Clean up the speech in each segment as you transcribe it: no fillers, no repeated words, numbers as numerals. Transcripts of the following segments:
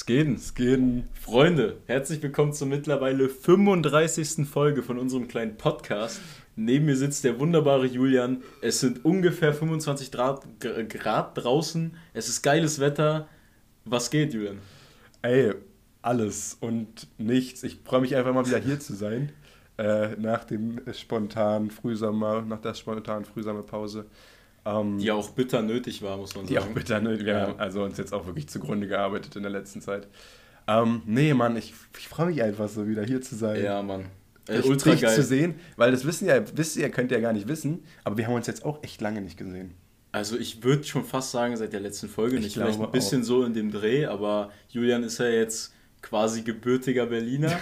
Es geht. Freunde, herzlich willkommen zur mittlerweile 35. Folge von unserem kleinen Podcast. Neben mir sitzt der wunderbare Julian. Es sind ungefähr 25 Grad draußen. Es ist geiles Wetter. Was geht, Julian? Ey, alles und nichts. Ich freue mich einfach mal wieder hier zu sein. Nach der spontanen Frühsommerpause. Die auch bitter nötig war, muss man sagen. Die auch bitter nötig, ja. Also uns jetzt auch wirklich zugrunde gearbeitet in der letzten Zeit. Nee, Mann, ich freue mich einfach so wieder hier zu sein. Ja, Mann. Ultra geil zu sehen, weil das wisst ihr, könnt ihr ja gar nicht wissen, aber wir haben uns jetzt auch echt lange nicht gesehen. Also ich würde schon fast sagen, seit der letzten Folge nicht. Vielleicht ein bisschen auch so in dem Dreh, aber Julian ist ja jetzt quasi gebürtiger Berliner.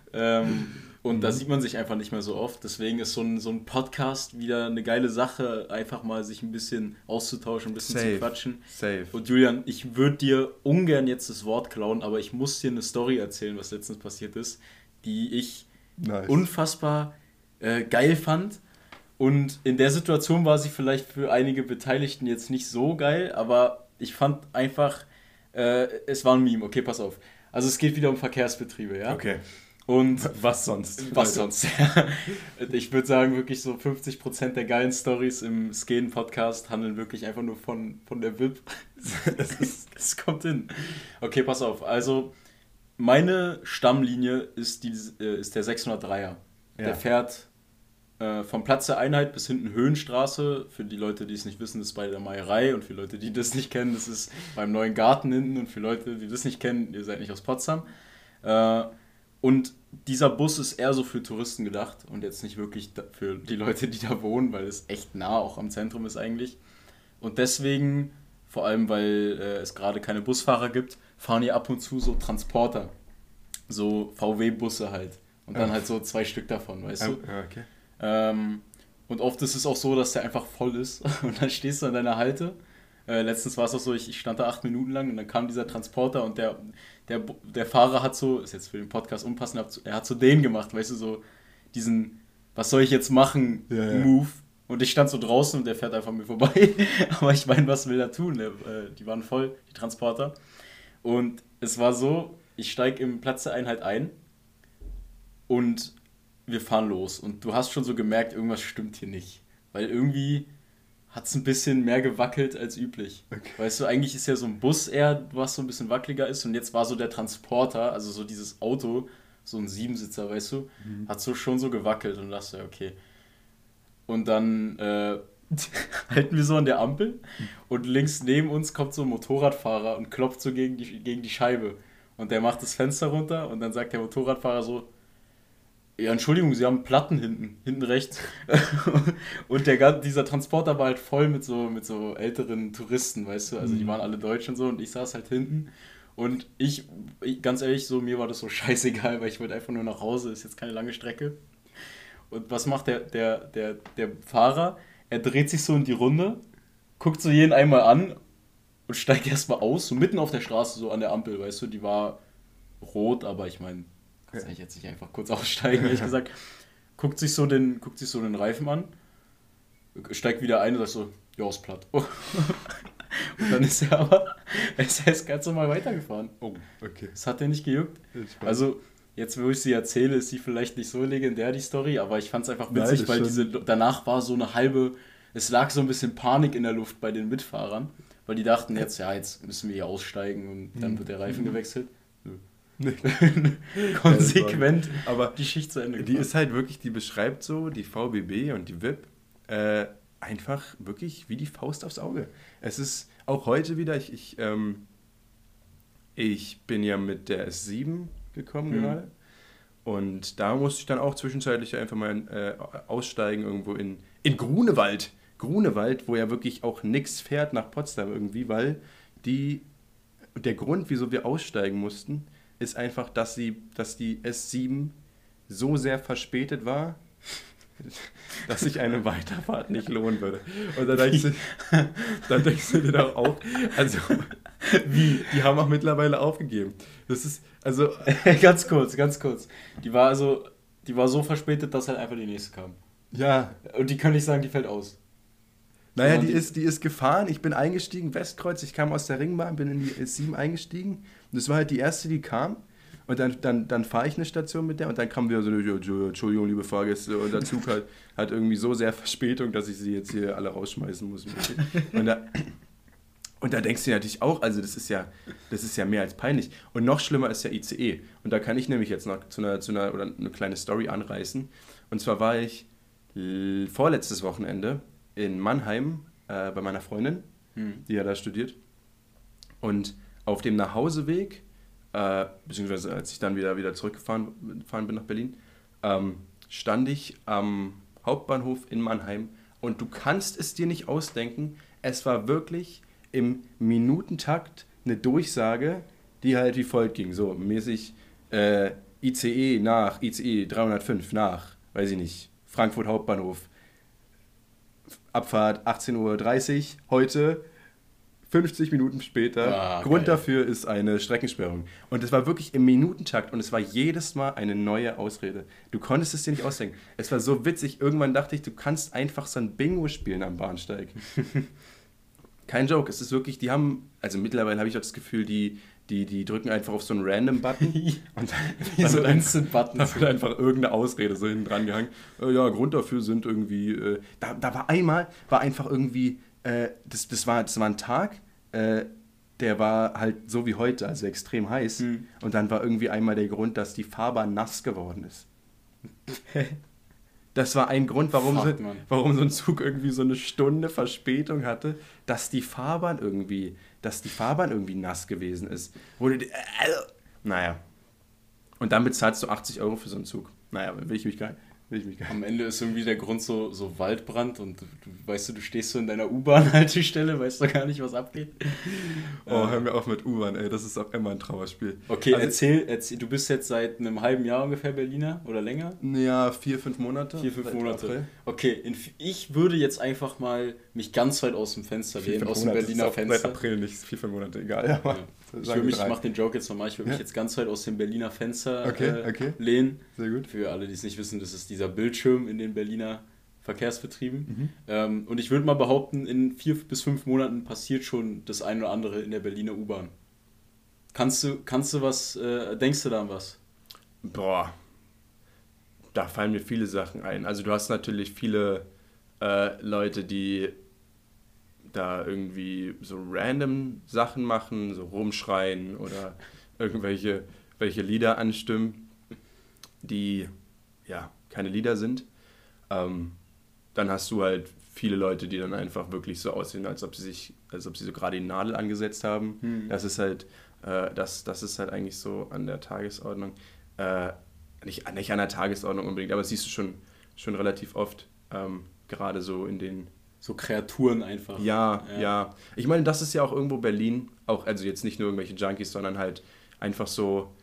Und da sieht man sich einfach nicht mehr so oft. Deswegen ist so ein Podcast wieder eine geile Sache, einfach mal sich ein bisschen auszutauschen, ein bisschen zu quatschen. Safe. Und Julian, ich würde dir ungern jetzt das Wort klauen, aber ich muss dir eine Story erzählen, was letztens passiert ist, die ich unfassbar geil fand. Und in der Situation war sie vielleicht für einige Beteiligten jetzt nicht so geil, aber ich fand einfach, es war ein Meme. Okay, pass auf. Also es geht wieder um Verkehrsbetriebe, ja? Okay. Und was sonst? Ich würde sagen, wirklich so 50% der geilen Storys im Skeden-Podcast handeln wirklich einfach nur von der VIP. Das kommt hin. Okay, pass auf. Also, meine Stammlinie ist der 603er. Ja. Der fährt vom Platz der Einheit bis hinten Höhenstraße. Für die Leute, die es nicht wissen, das ist bei der Meierei. Und für Leute, die das nicht kennen, das ist beim Neuen Garten hinten. Und für Leute, die das nicht kennen, ihr seid nicht aus Potsdam. Und dieser Bus ist eher so für Touristen gedacht und jetzt nicht wirklich für die Leute, die da wohnen, weil es echt nah auch am Zentrum ist eigentlich. Und deswegen, vor allem weil es gerade keine Busfahrer gibt, fahren hier ab und zu so Transporter. So VW-Busse halt. Und dann halt so 2 Stück davon, weißt du? Okay. Und oft ist es auch so, dass der einfach voll ist. Und dann stehst du an deiner Halte. Letztens war es auch so, ich stand da 8 Minuten lang und dann kam dieser Transporter und der Fahrer hat so, ist jetzt für den Podcast unpassend, er hat so den gemacht, weißt du, so diesen, was soll ich jetzt machen, Move. Und ich stand so draußen und der fährt einfach mir vorbei. Aber ich meine, was will er tun? Die waren voll, die Transporter. Und es war so, ich steige im Platz der Einheit ein und wir fahren los. Und du hast schon so gemerkt, irgendwas stimmt hier nicht. Weil irgendwie hat es ein bisschen mehr gewackelt als üblich. Okay. Weißt du, eigentlich ist ja so ein Bus eher, was so ein bisschen wackeliger ist. Und jetzt war so der Transporter, also so dieses Auto, so ein 7-Sitzer, weißt du, hat so schon so gewackelt. Und dachte ja, okay. Und dann halten wir so an der Ampel und links neben uns kommt so ein Motorradfahrer und klopft so gegen die Scheibe. Und der macht das Fenster runter und dann sagt der Motorradfahrer so, ja, Entschuldigung, Sie haben Platten hinten rechts. Und dieser Transporter war halt voll mit so älteren Touristen, weißt du, also die waren alle deutsch und so und ich saß halt hinten und ich ganz ehrlich, so mir war das so scheißegal, weil ich wollte einfach nur nach Hause, ist jetzt keine lange Strecke. Und was macht der Fahrer? Er dreht sich so in die Runde, guckt so jeden einmal an und steigt erstmal aus, so mitten auf der Straße, so an der Ampel, weißt du, die war rot, aber ich meine, kann ich jetzt nicht einfach kurz aussteigen, ehrlich gesagt. Guckt sich so den Reifen an, steigt wieder ein und sagt so, ja, ist platt. Und dann ist er ist ganz normal weitergefahren. Oh, okay. Das hat er nicht gejuckt. Also, jetzt wo ich sie erzähle, ist sie vielleicht nicht so legendär, die Story, aber ich fand es einfach witzig, weil danach war so es lag so ein bisschen Panik in der Luft bei den Mitfahrern, weil die dachten jetzt müssen wir hier aussteigen und dann wird der Reifen gewechselt. Konsequent aber die Schicht zu Ende gefahren. Die ist halt wirklich, die beschreibt so die VBB und die VIP einfach wirklich wie die Faust aufs Auge. Es ist auch heute wieder, ich bin ja mit der S7 gekommen gerade und da musste ich dann auch zwischenzeitlich einfach mal aussteigen irgendwo in Grunewald, wo ja wirklich auch nichts fährt nach Potsdam irgendwie, weil der Grund, wieso wir aussteigen mussten, ist einfach, dass die S7 so sehr verspätet war, dass sich eine Weiterfahrt nicht lohnen würde. Und dann denkst du dir doch auch, also, wie? Die haben auch mittlerweile aufgegeben. Das ist, also... Ganz kurz. Die war so verspätet, dass halt einfach die nächste kam. Ja. Und die können nicht sagen, die fällt aus. Naja, die ist gefahren, ich bin eingestiegen, Westkreuz, ich kam aus der Ringbahn, bin in die S7 eingestiegen und das war halt die erste, die kam und dann fahre ich eine Station mit der und dann kam wieder so, Entschuldigung, liebe Fahrgäste, und der Zug hat irgendwie so sehr Verspätung, dass ich sie jetzt hier alle rausschmeißen muss. Und da denkst du natürlich auch, also das ist ja mehr als peinlich. Und noch schlimmer ist ja ICE. Und da kann ich nämlich jetzt noch zu einer oder eine kleine Story anreißen. Und zwar war ich vorletztes Wochenende in Mannheim bei meiner Freundin, die ja da studiert. Und auf dem Nachhauseweg, beziehungsweise als ich dann wieder zurückgefahren bin nach Berlin, stand ich am Hauptbahnhof in Mannheim und du kannst es dir nicht ausdenken, es war wirklich im Minutentakt eine Durchsage, die halt wie folgt ging, so mäßig ICE 305 nach, weiß ich nicht, Frankfurt Hauptbahnhof, Abfahrt 18:30 Uhr, heute 50 Minuten später. Grund dafür ist eine Streckensperrung. Und es war wirklich im Minutentakt und es war jedes Mal eine neue Ausrede. Du konntest es dir nicht ausdenken. Es war so witzig. Irgendwann dachte ich, du kannst einfach so ein Bingo spielen am Bahnsteig. Kein Joke. Es ist wirklich, die haben, also mittlerweile habe ich auch das Gefühl, die drücken einfach auf so einen Random-Button und dann so ein Instant-Button. Da wird einfach irgendeine Ausrede so hinten dran gehangen. Ja, Grund dafür sind irgendwie, da war einfach irgendwie, das war ein Tag, der war halt so wie heute, also extrem heiß. Und dann war irgendwie einmal der Grund, dass die Fahrbahn nass geworden ist. Das war ein Grund, warum so ein Zug irgendwie so eine Stunde Verspätung hatte, dass die Fahrbahn irgendwie nass gewesen ist. Naja. Und dann bezahlst du 80 € für so einen Zug. Naja, will ich mich gar nicht. Am Ende ist irgendwie der Grund so Waldbrand und du stehst so in deiner U-Bahn-Haltestelle, weißt du gar nicht, was abgeht. Oh, hör mir auf mit U-Bahn, ey, das ist auch immer ein Trauerspiel. Okay, also, erzähl, du bist jetzt seit einem halben Jahr ungefähr Berliner oder länger? Ja, 4-5 Monate. 4-5 Monate. April. Okay, ich würde jetzt einfach mal mich ganz weit aus dem Fenster lehnen, aus dem Berliner Fenster. Seit April nicht, 4-5 Monate, egal. Ja. Ich mache den Joke jetzt nochmal, ich würde mich jetzt ganz weit aus dem Berliner Fenster lehnen. Sehr gut. Für alle, die es nicht wissen, das ist dieser Bildschirm in den Berliner Verkehrsbetrieben. Und ich würde mal behaupten, in 4 bis 5 Monaten passiert schon das eine oder andere in der Berliner U-Bahn. Kannst du was, denkst du da an was? Boah, da fallen mir viele Sachen ein. Also du hast natürlich viele Leute, die da irgendwie so random Sachen machen, so rumschreien oder welche Lieder anstimmen, die ja keine Lieder sind. Dann hast du halt viele Leute, die dann einfach wirklich so aussehen, als ob sie so gerade die Nadel angesetzt haben. Das ist halt das ist halt eigentlich so an der Tagesordnung. Nicht an der Tagesordnung unbedingt, aber das siehst du schon relativ oft, gerade so in den so Kreaturen einfach. Ja. Ich meine, das ist ja auch irgendwo Berlin, auch, also jetzt nicht nur irgendwelche Junkies, sondern halt einfach so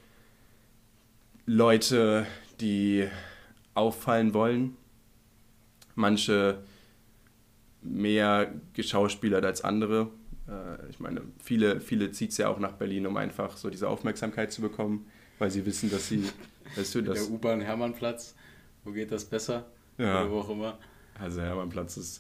Leute, die auffallen wollen. Manche mehr geschauspielert als andere. Ich meine, viele zieht es ja auch nach Berlin, um einfach so diese Aufmerksamkeit zu bekommen, weil sie wissen, dass sie... Der U-Bahn Hermannplatz, wo geht das besser? Ja. Oder wo auch immer. Also Hermannplatz ist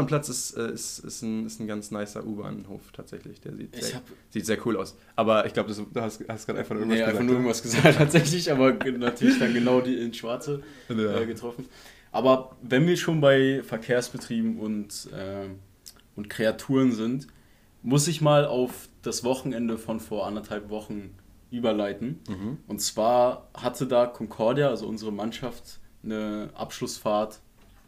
ein ganz nicer U-Bahnhof tatsächlich. Der sieht sehr cool aus. Aber ich glaube, du hast gerade einfach nur irgendwas gesagt. Einfach nur irgendwas gesagt tatsächlich, aber natürlich dann genau die in Schwarze getroffen. Aber wenn wir schon bei Verkehrsbetrieben und Kreaturen sind, muss ich mal auf das Wochenende von vor 1,5 Wochen überleiten. Und zwar hatte da Concordia, also unsere Mannschaft, eine Abschlussfahrt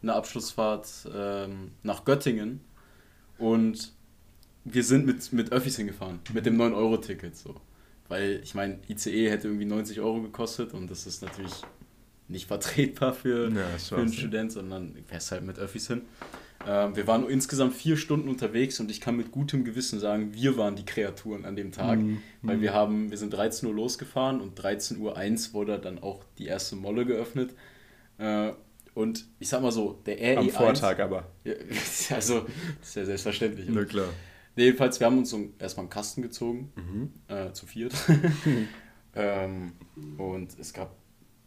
nach Göttingen und wir sind mit Öffis hingefahren, mit dem 9-Euro-Ticket. So. Weil, ich meine, ICE hätte irgendwie 90 € gekostet und das ist natürlich nicht vertretbar für einen Student, sondern fährst halt mit Öffis hin. Wir waren insgesamt 4 Stunden unterwegs und ich kann mit gutem Gewissen sagen, wir waren die Kreaturen an dem Tag, weil wir sind 13 Uhr losgefahren und 13:01 Uhr wurde dann auch die erste Molle geöffnet. Und ich sag mal so, der RE1... Am Vortag aber. Ja, also, das ist ja selbstverständlich. Na klar. Jedenfalls, wir haben uns erstmal einen Kasten gezogen, zu 4. Und es gab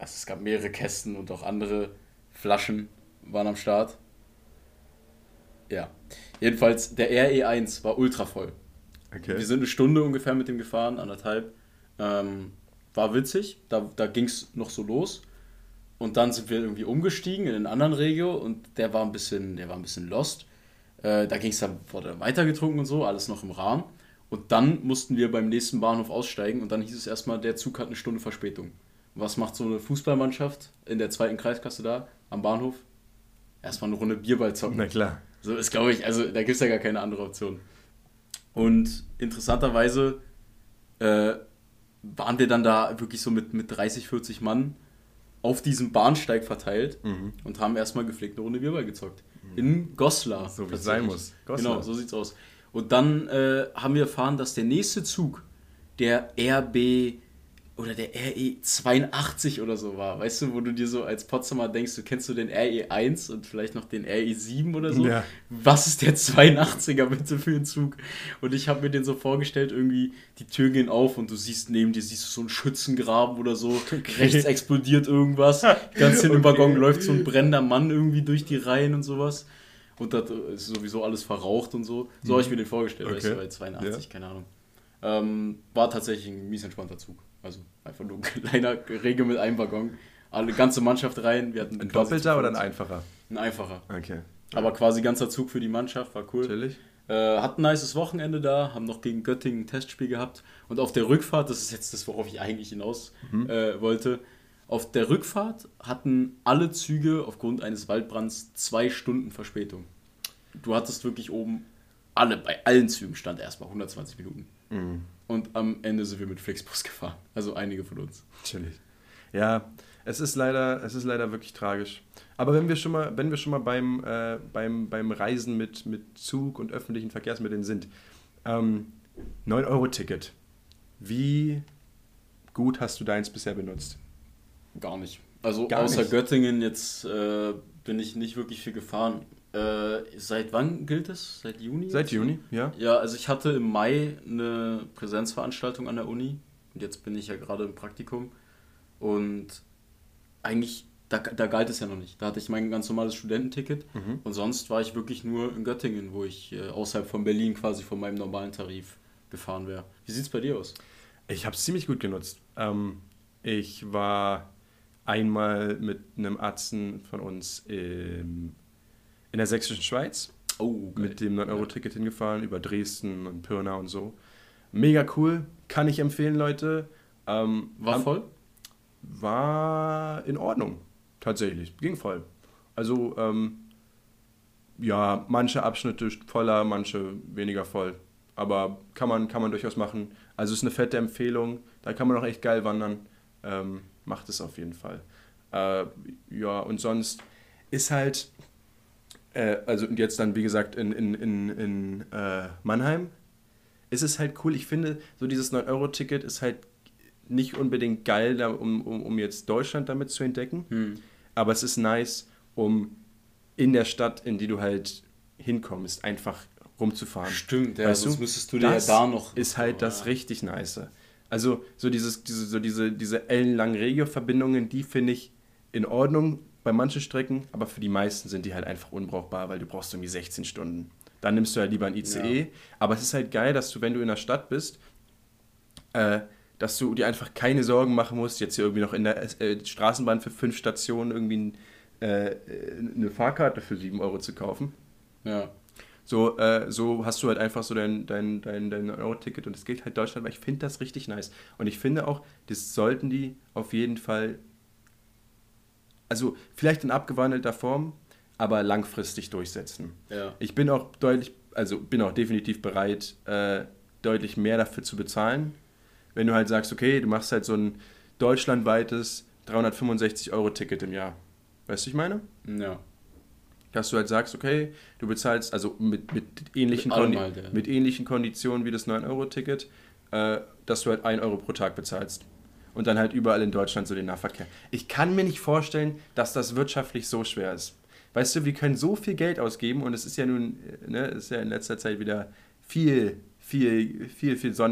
mehrere Kästen und auch andere Flaschen waren am Start. Ja. Jedenfalls, der RE1 war ultra voll. Okay. Wir sind eine Stunde ungefähr mit dem gefahren, 1,5. War witzig, da ging es noch so los. Und dann sind wir irgendwie umgestiegen in einen anderen Regio und der war ein bisschen lost. Da ging es dann, wurde weiter getrunken und so, alles noch im Rahmen. Und dann mussten wir beim nächsten Bahnhof aussteigen und dann hieß es erstmal, der Zug hat eine Stunde Verspätung. Was macht so eine Fußballmannschaft in der 2. Kreisklasse da am Bahnhof? Erstmal eine Runde Bierball zocken. Na klar. So ist, glaube ich, also da gibt es ja gar keine andere Option. Und interessanterweise waren wir dann da wirklich so mit 30, 40 Mann auf diesem Bahnsteig verteilt und haben erstmal gepflegt eine Runde Bierball gezockt. In Goslar. So wie es sein muss. Goslar. Genau, so sieht's aus. Und dann haben wir erfahren, dass der nächste Zug der RB oder der RE82 oder so war. Weißt du, wo du dir so als Potsdamer denkst, du kennst den RE1 und vielleicht noch den RE7 oder so. Ja. Was ist der 82er bitte für ein Zug? Und ich habe mir den so vorgestellt, irgendwie die Türen gehen auf und du siehst neben dir so einen Schützengraben oder so. Okay. Rechts explodiert irgendwas. Ganz hinten im Waggon läuft so ein brennender Mann irgendwie durch die Reihen und sowas. Und das ist sowieso alles verraucht und so. So habe ich mir den vorgestellt, weißt du, bei 82, keine Ahnung. War tatsächlich ein mies entspannter Zug. Also einfach nur ein kleiner Regio mit einem Waggon. Alle ganze Mannschaft rein. Wir hatten ein doppelter oder ein einfacher? Ein einfacher. Okay. Aber quasi ganzer Zug für die Mannschaft, war cool. Natürlich. Hatten ein nices Wochenende da, haben noch gegen Göttingen ein Testspiel gehabt. Und auf der Rückfahrt, das ist jetzt das, worauf ich eigentlich hinaus wollte, auf der Rückfahrt hatten alle Züge aufgrund eines Waldbrands 2 Stunden Verspätung. Du hattest wirklich oben, bei allen Zügen stand erstmal 120 Minuten. Mhm. Und am Ende sind wir mit Flixbus gefahren. Also einige von uns. Natürlich. Ja, es ist leider wirklich tragisch. Aber wenn wir schon mal beim Reisen mit Zug und öffentlichen Verkehrsmitteln sind, 9-Euro-Ticket. Wie gut hast du deins bisher benutzt? Gar nicht. Also außer Göttingen jetzt bin ich nicht wirklich viel gefahren. Seit wann gilt es? Seit Juni? Seit Juni, ja. Ja, also ich hatte im Mai eine Präsenzveranstaltung an der Uni und jetzt bin ich ja gerade im Praktikum und eigentlich, da galt es ja noch nicht. Da hatte ich mein ganz normales Studententicket und sonst war ich wirklich nur in Göttingen, wo ich außerhalb von Berlin quasi von meinem normalen Tarif gefahren wäre. Wie sieht es bei dir aus? Ich habe es ziemlich gut genutzt. Ich war einmal mit einem Arzt von uns in der sächsischen Schweiz mit dem 9-Euro-Ticket hingefahren, über Dresden und Pirna und so. Mega cool, kann ich empfehlen, Leute. War voll? War in Ordnung, tatsächlich, ging voll. Also, ja, manche Abschnitte voller, manche weniger voll. Aber kann man durchaus machen. Also ist eine fette Empfehlung, da kann man auch echt geil wandern. Macht es auf jeden Fall. Ja, und sonst ist halt... also jetzt dann, wie gesagt, in Mannheim, ist es halt cool. Ich finde, so dieses 9-Euro-Ticket ist halt nicht unbedingt geil, um jetzt Deutschland damit zu entdecken. Aber es ist nice, um in der Stadt, in die du halt hinkommst, einfach rumzufahren. Stimmt, ja, sonst müsstest du dir ja da noch... ist halt das richtig nice. Also so diese ellenlangen Regio-Verbindungen, die finde ich in Ordnung bei manchen Strecken, aber für die meisten sind die halt einfach unbrauchbar, weil du brauchst irgendwie 16 Stunden. Dann nimmst du halt lieber ein ICE. Ja. Aber es ist halt geil, dass du, wenn du in der Stadt bist, dass du dir einfach keine Sorgen machen musst, jetzt hier irgendwie noch in der Straßenbahn für 5 Stationen irgendwie eine Fahrkarte für 7 Euro zu kaufen. Ja. So hast du halt einfach so dein 9-Euro-Ticket und es gilt halt Deutschland, weil ich finde das richtig nice. Und ich finde auch, das sollten die auf jeden Fall, also vielleicht in abgewandelter Form, aber langfristig durchsetzen. Ja. Ich bin auch definitiv bereit, deutlich mehr dafür zu bezahlen. Wenn du halt sagst, okay, du machst halt so ein deutschlandweites 365-Euro-Ticket im Jahr. Weißt du, ich meine? Ja. Dass du halt sagst, okay, du bezahlst also mit ähnlichen Konditionen wie das 9-Euro-Ticket, dass du halt 1 Euro pro Tag bezahlst. Und dann halt überall in Deutschland so den Nahverkehr. Ich kann mir nicht vorstellen, dass das wirtschaftlich so schwer ist. Weißt du, wir können so viel Geld ausgeben und es ist ja nun, ist ja in letzter Zeit wieder viel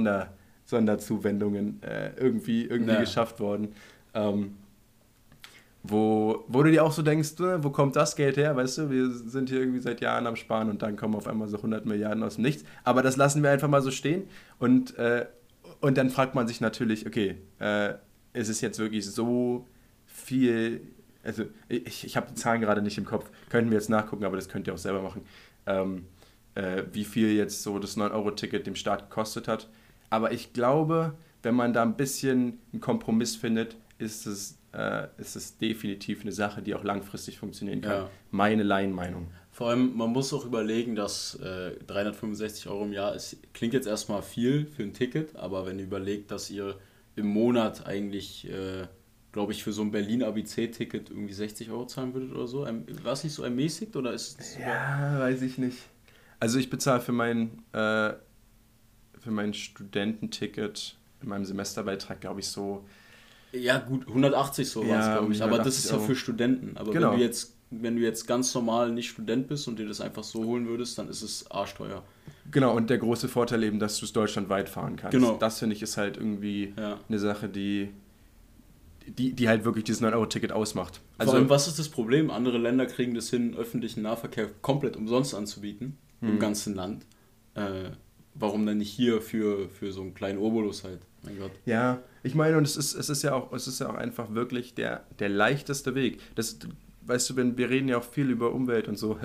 Sonderzuwendungen irgendwie geschafft worden. wo du dir auch so denkst, ne, wo kommt das Geld her, weißt du, wir sind hier irgendwie seit Jahren am Sparen und dann kommen auf einmal so 100 Milliarden aus dem Nichts, aber das lassen wir einfach mal so stehen und dann fragt man sich natürlich, okay, ist es jetzt wirklich so viel, also ich habe die Zahlen gerade nicht im Kopf, könnten wir jetzt nachgucken, aber das könnt ihr auch selber machen, wie viel jetzt so das 9-Euro-Ticket dem Staat gekostet hat, aber ich glaube, wenn man da ein bisschen einen Kompromiss findet, ist es definitiv eine Sache, die auch langfristig funktionieren kann. Ja. Meine Laienmeinung. Vor allem, man muss auch überlegen, dass 365 Euro im Jahr klingt jetzt erstmal viel für ein Ticket, aber wenn ihr überlegt, dass ihr im Monat eigentlich, glaube ich, für so ein Berlin-ABC-Ticket irgendwie 60 Euro zahlen würdet oder so, war es nicht so ermäßigt oder ist es Ja, weiß ich nicht. Also ich bezahle für mein Studententicket in meinem Semesterbeitrag, glaube ich, so. Ja, gut, 180 so war es, Ja, glaube ich. Aber das 180 ist ja Euro. für Studenten. Aber Genau. wenn du jetzt ganz normal nicht Student bist und dir das einfach so holen würdest, dann ist es arschteuer. Genau, und der große Vorteil eben, dass du es deutschlandweit fahren kannst. Genau. Das finde ich ist halt irgendwie Ja. eine Sache, die halt wirklich dieses 9-Euro-Ticket ausmacht. Vor allem, was ist das Problem? Andere Länder kriegen das hin, öffentlichen Nahverkehr komplett umsonst anzubieten, im ganzen Land. Warum dann nicht hier für so einen kleinen Obolus halt? Mein Gott. Ja, ich meine, und es ist ja auch einfach wirklich der leichteste Weg. Weißt du, wir reden ja auch viel über Umwelt und so.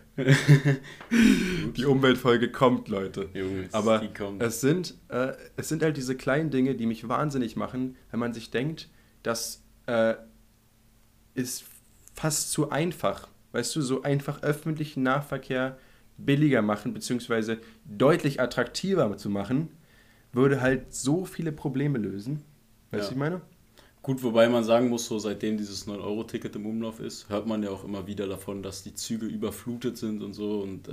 Die Umweltfolge kommt, Leute. Jungs, Aber die kommen. es sind halt diese kleinen Dinge, die mich wahnsinnig machen, wenn man sich denkt, das ist fast zu einfach. Weißt du, so einfach öffentlichen Nahverkehr billiger machen, beziehungsweise deutlich attraktiver zu machen, würde halt so viele Probleme lösen. Weißt du, Ja. was ich meine? Gut, wobei man sagen muss, so seitdem dieses 9-Euro-Ticket im Umlauf ist, hört man ja auch immer wieder davon, dass die Züge überflutet sind und so. Und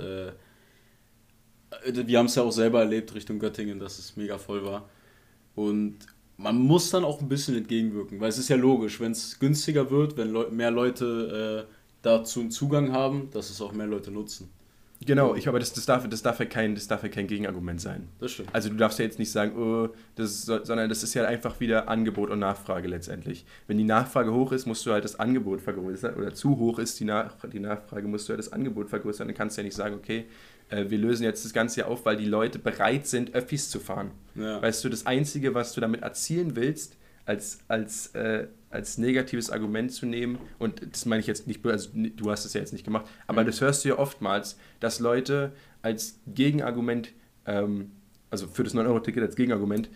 wir haben es ja auch selber erlebt Richtung Göttingen, dass es mega voll war. Und man muss dann auch ein bisschen entgegenwirken, weil es ist ja logisch, wenn es günstiger wird, wenn mehr Leute dazu einen Zugang haben, dass es auch mehr Leute nutzen. Genau, aber das darf ja kein Gegenargument sein. Das stimmt. Also du darfst ja jetzt nicht sagen, oh, sondern das ist ja einfach wieder Angebot und Nachfrage letztendlich. Wenn die Nachfrage hoch ist, musst du halt das Angebot vergrößern, oder zu hoch ist die Nachfrage, musst du halt das Angebot vergrößern. Dann kannst du ja nicht sagen, okay, wir lösen jetzt das Ganze hier auf, weil die Leute bereit sind, Öffis zu fahren. Ja. Weißt du, das Einzige, was du damit erzielen willst, als negatives Argument zu nehmen, und das meine ich jetzt nicht, also du hast es ja jetzt nicht gemacht, aber das hörst du ja oftmals, dass Leute als Gegenargument, also für das 9-Euro-Ticket als Gegenargument,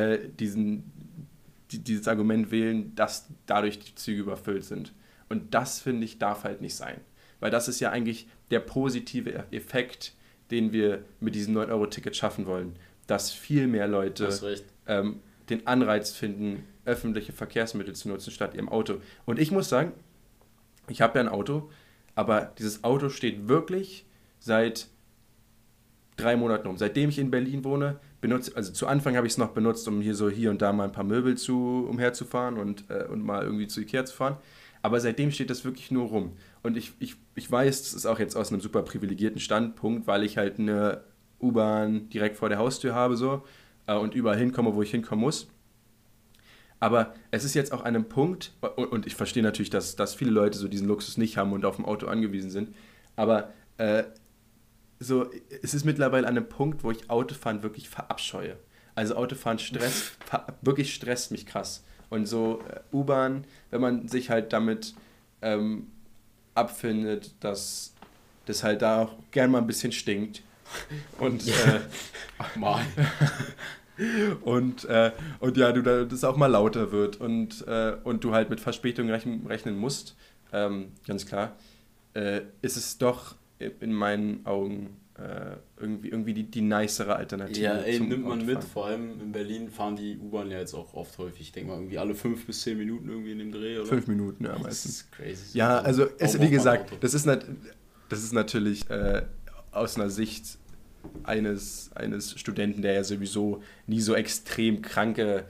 dieses Argument wählen, dass dadurch die Züge überfüllt sind. Und das, finde ich, darf halt nicht sein. Weil das ist ja eigentlich der positive Effekt, den wir mit diesem 9-Euro-Ticket schaffen wollen. Dass viel mehr Leute Hast recht. Den Anreiz finden, öffentliche Verkehrsmittel zu nutzen statt ihrem Auto. Und ich muss sagen, ich habe ja ein Auto, aber dieses Auto steht wirklich seit 3 Monaten rum. Seitdem ich in Berlin wohne, also zu Anfang habe ich es noch benutzt, um hier und da mal ein paar Möbel umherzufahren und mal irgendwie zu Ikea zu fahren. Aber seitdem steht das wirklich nur rum. Und ich weiß, das ist auch jetzt aus einem super privilegierten Standpunkt, weil ich halt eine U-Bahn direkt vor der Haustür habe so und überall hinkomme, wo ich hinkommen muss. Aber es ist jetzt auch an einem Punkt, und ich verstehe natürlich, dass viele Leute so diesen Luxus nicht haben und auf dem Auto angewiesen sind, aber so, es ist mittlerweile an einem Punkt, wo ich Autofahren wirklich verabscheue. Also Autofahren wirklich stresst mich krass. Und so U-Bahn, wenn man sich halt damit abfindet, dass das halt da auch gern mal ein bisschen stinkt. Und Mal. und ja, das auch mal lauter wird und du halt mit Verspätung rechnen musst, ganz klar, ist es doch in meinen Augen irgendwie die nicere Alternative. Ja, ey, zum nimmt man mit. Autofahren. Vor allem in Berlin fahren die U-Bahn ja jetzt auch oft häufig. Ich denke mal irgendwie alle 5 bis 10 Minuten irgendwie in dem Dreh, oder? 5 Minuten, ja, Das meistens. ist crazy. Ja, also Warum braucht wie man gesagt, ein Auto? das ist natürlich aus einer Sicht eines Studenten, der ja sowieso nie so extrem kranke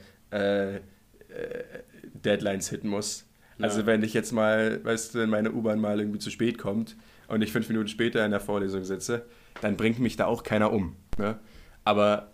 Deadlines hitten muss. Also Ja. wenn ich jetzt mal, weißt du, wenn meine U-Bahn mal irgendwie zu spät kommt und ich 5 Minuten später in der Vorlesung sitze, dann bringt mich da auch keiner um. Ne? Aber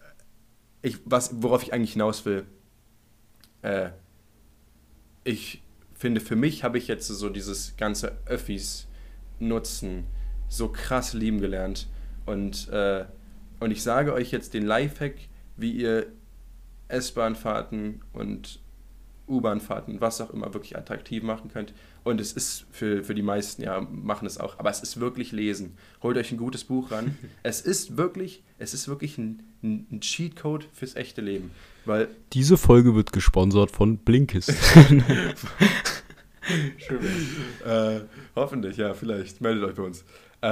worauf ich eigentlich hinaus will, ich finde, für mich habe ich jetzt so dieses ganze Öffis nutzen so krass lieben gelernt. Und ich sage euch jetzt den Lifehack, wie ihr S-Bahn-Fahrten und U-Bahn-Fahrten, was auch immer, wirklich attraktiv machen könnt. Und es ist für die meisten, ja, machen es auch, aber es ist wirklich Lesen. Holt euch ein gutes Buch ran. Es ist wirklich ein Cheatcode fürs echte Leben. Weil diese Folge wird gesponsert von Blinkist. Schön. Hoffentlich, ja, vielleicht. Meldet euch bei uns.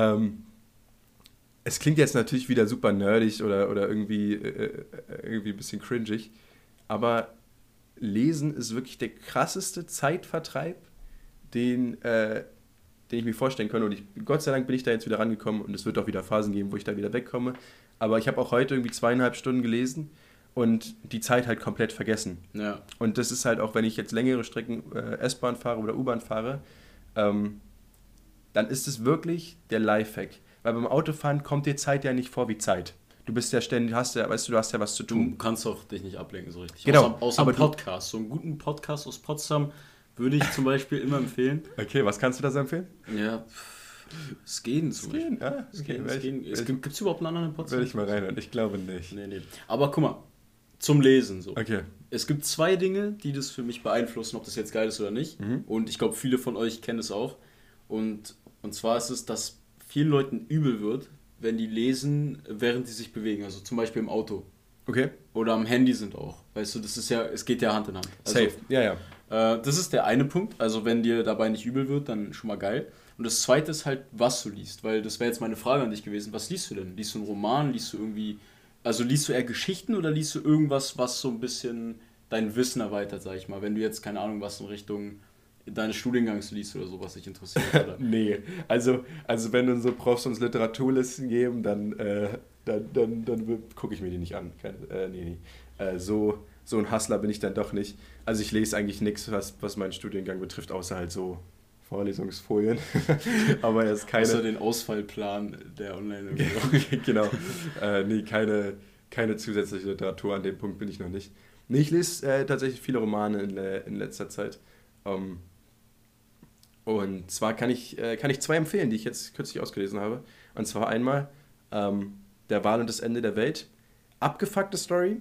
Es klingt jetzt natürlich wieder super nerdig oder irgendwie ein bisschen cringig, aber Lesen ist wirklich der krasseste Zeitvertreib, den ich mir vorstellen kann. Und Gott sei Dank bin ich da jetzt wieder rangekommen und es wird auch wieder Phasen geben, wo ich da wieder wegkomme. Aber ich habe auch heute irgendwie 2,5 Stunden gelesen und die Zeit halt komplett vergessen. Ja. Und das ist halt auch, wenn ich jetzt längere Strecken S-Bahn fahre oder U-Bahn fahre, dann ist es wirklich der Lifehack. Weil beim Autofahren kommt dir Zeit ja nicht vor wie Zeit. Du bist ja ständig, du hast ja was zu tun. Du kannst auch dich nicht ablenken so richtig. Genau. Außer aber Podcast. So einen guten Podcast aus Potsdam würde ich zum Beispiel immer empfehlen. Okay, was kannst du da so empfehlen? Ja, Skeden zum Beispiel. Ja, okay. Gibt es überhaupt einen anderen Podcast? Will ich mal reinhören? Ich glaube nicht. Nee. Aber guck mal, zum Lesen so. Okay. Es gibt 2 Dinge, die das für mich beeinflussen, ob das jetzt geil ist oder nicht. Mhm. Und ich glaube, viele von euch kennen es auch. Und zwar ist es, dass vielen Leuten übel wird, wenn die lesen, während die sich bewegen. Also zum Beispiel im Auto. Okay. Oder am Handy sind auch. Weißt du, das ist ja, es geht ja Hand in Hand. Also, Safe. Ja. das ist der eine Punkt. Also wenn dir dabei nicht übel wird, dann schon mal geil. Und das zweite ist halt, was du liest. Weil das wäre jetzt meine Frage an dich gewesen. Was liest du denn? Liest du einen Roman? Liest du irgendwie... Also liest du eher Geschichten oder liest du irgendwas, was so ein bisschen dein Wissen erweitert, sag ich mal? Wenn du jetzt, keine Ahnung, was in Richtung deines Studiengangs liest oder so, was dich interessiert, oder? Nee, also wenn du so Profs uns Literaturlisten geben, dann gucke ich mir die nicht an. Nee. So ein Hustler bin ich dann doch nicht. Also ich lese eigentlich nichts, was meinen Studiengang betrifft, außer halt so Vorlesungsfolien. Aber er ist keine... Außer den Ausfallplan der online Genau. Nee, keine zusätzliche Literatur, an dem Punkt bin ich noch nicht. Nee, ich lese tatsächlich viele Romane in letzter Zeit. Und zwar kann ich 2 empfehlen, die ich jetzt kürzlich ausgelesen habe. Und zwar einmal Der Wal und das Ende der Welt. Abgefuckte Story.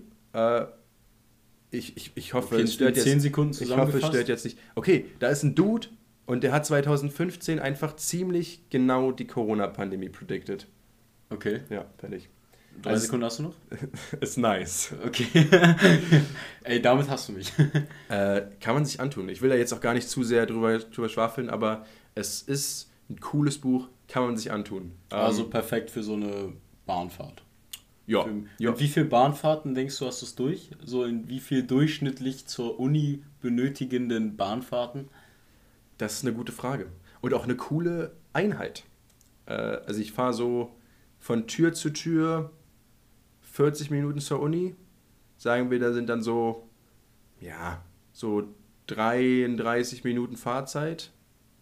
Ich hoffe, okay, es stört jetzt. 10 Sekunden Ich hoffe, es stört jetzt nicht. Okay, da ist ein Dude und der hat 2015 einfach ziemlich genau die Corona-Pandemie predicted. Okay. Ja, fertig. 3 Sekunden hast du noch? Ist nice. Okay. Ey, damit hast du mich. Kann man sich antun. Ich will da jetzt auch gar nicht zu sehr drüber schwafeln, aber es ist ein cooles Buch, kann man sich antun. Also perfekt für so eine Bahnfahrt. Ja. Wie viele Bahnfahrten denkst du, hast du es durch? So in wie viel durchschnittlich zur Uni benötigenden Bahnfahrten? Das ist eine gute Frage. Und auch eine coole Einheit. Also ich fahre so von Tür zu Tür 40 Minuten zur Uni. Sagen wir, da sind dann so 33 Minuten Fahrzeit.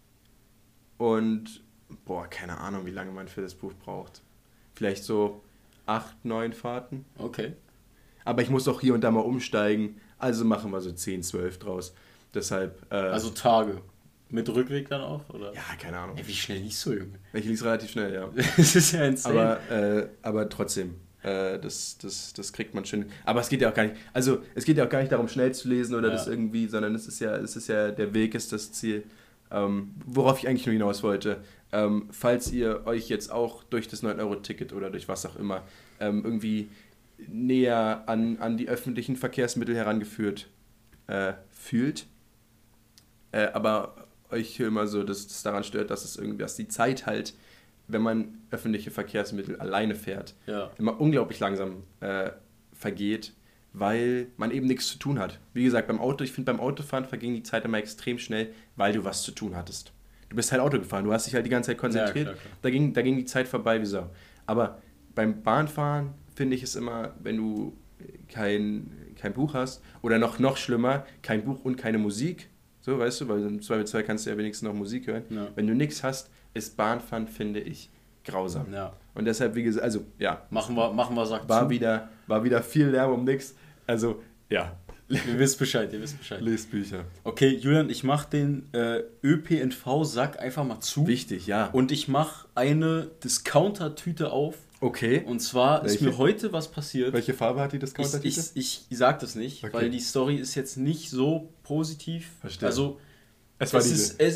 Und, keine Ahnung, wie lange man für das Buch braucht. Vielleicht so 8, 9 Fahrten. Okay. Aber ich muss auch hier und da mal umsteigen. Also machen wir so 10, 12 draus. Deshalb... also Tage. Mit Rückweg dann auch, oder? Ja, keine Ahnung. Ey, wie schnell liest du, Junge? Ich lese relativ schnell, ja. Das ist ja insane. Aber trotzdem, das kriegt man schön. Aber es geht ja auch gar nicht, also es geht ja auch gar nicht darum, schnell zu lesen oder das irgendwie, sondern es ist ja, der Weg ist das Ziel. Worauf ich eigentlich nur hinaus wollte, falls ihr euch jetzt auch durch das 9-Euro-Ticket oder durch was auch immer irgendwie näher an die öffentlichen Verkehrsmittel herangeführt fühlt, aber euch hier immer so, dass es daran stört, dass die Zeit halt, wenn man öffentliche Verkehrsmittel alleine fährt, immer unglaublich langsam vergeht, weil man eben nichts zu tun hat. Wie gesagt, ich finde beim Autofahren verging die Zeit immer extrem schnell, weil du was zu tun hattest. Du bist halt Auto gefahren, du hast dich halt die ganze Zeit konzentriert, ja, klar. Da ging die Zeit vorbei wie Sau. Aber beim Bahnfahren finde ich es immer, wenn du kein Buch hast oder noch schlimmer, kein Buch und keine Musik, so, weißt du, weil im 2x2 kannst du ja wenigstens noch Musik hören. Ja. Wenn du nichts hast, ist Bahnfahren, finde ich, grausam. Ja. Und deshalb, wie gesagt, also, ja. Machen wir sagt war wieder viel Lärm um nichts. Also, ja. Ihr wisst Bescheid. Lest Bücher. Okay, Julian, ich mach den ÖPNV-Sack einfach mal zu. Wichtig, ja. Und ich mach eine Discounter-Tüte auf. Okay. Und zwar ist mir heute was passiert. Welche Farbe hat die Discounter-Tüte? Ich sag das nicht, okay. weil die Story ist jetzt nicht so positiv. Verstehe. Also, es war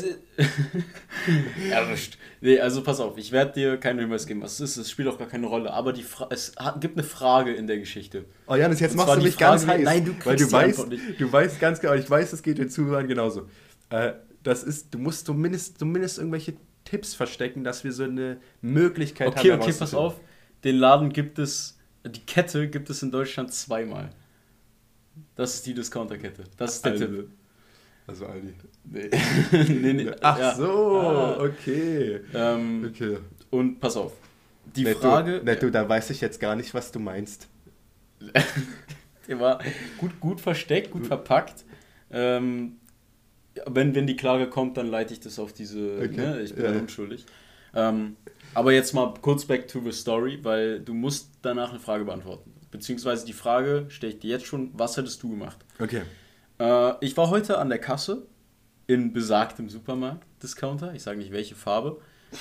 erwischt. Nee, also pass auf, ich werde dir keinen Hinweis geben, was es ist. Es spielt auch gar keine Rolle. Aber gibt eine Frage in der Geschichte. Oh Janis, jetzt machst du mich ganz heiß. Nein, weil du weißt ganz genau, ich weiß, es geht den Zuhörern genauso. Du musst zumindest irgendwelche Tipps verstecken, dass wir so eine Möglichkeit haben. Okay, pass auf. Den Laden die Kette gibt es in Deutschland 2-mal. Das ist die Discounter-Kette. Das ist der Tipp. Also Aldi. Nee. Ach so, okay. Okay. Und pass auf. Die Frage... Da weiß ich jetzt gar nicht, was du meinst. Der war gut versteckt, gut verpackt. Wenn die Klage kommt, dann leite ich das auf diese... Okay. Ne? Ich bin unschuldig. Aber jetzt mal kurz back to the story, weil du musst danach eine Frage beantworten. Beziehungsweise die Frage stelle ich dir jetzt schon, was hättest du gemacht? Okay. Ich war heute an der Kasse in besagtem Supermarkt, Discounter, ich sage nicht welche Farbe.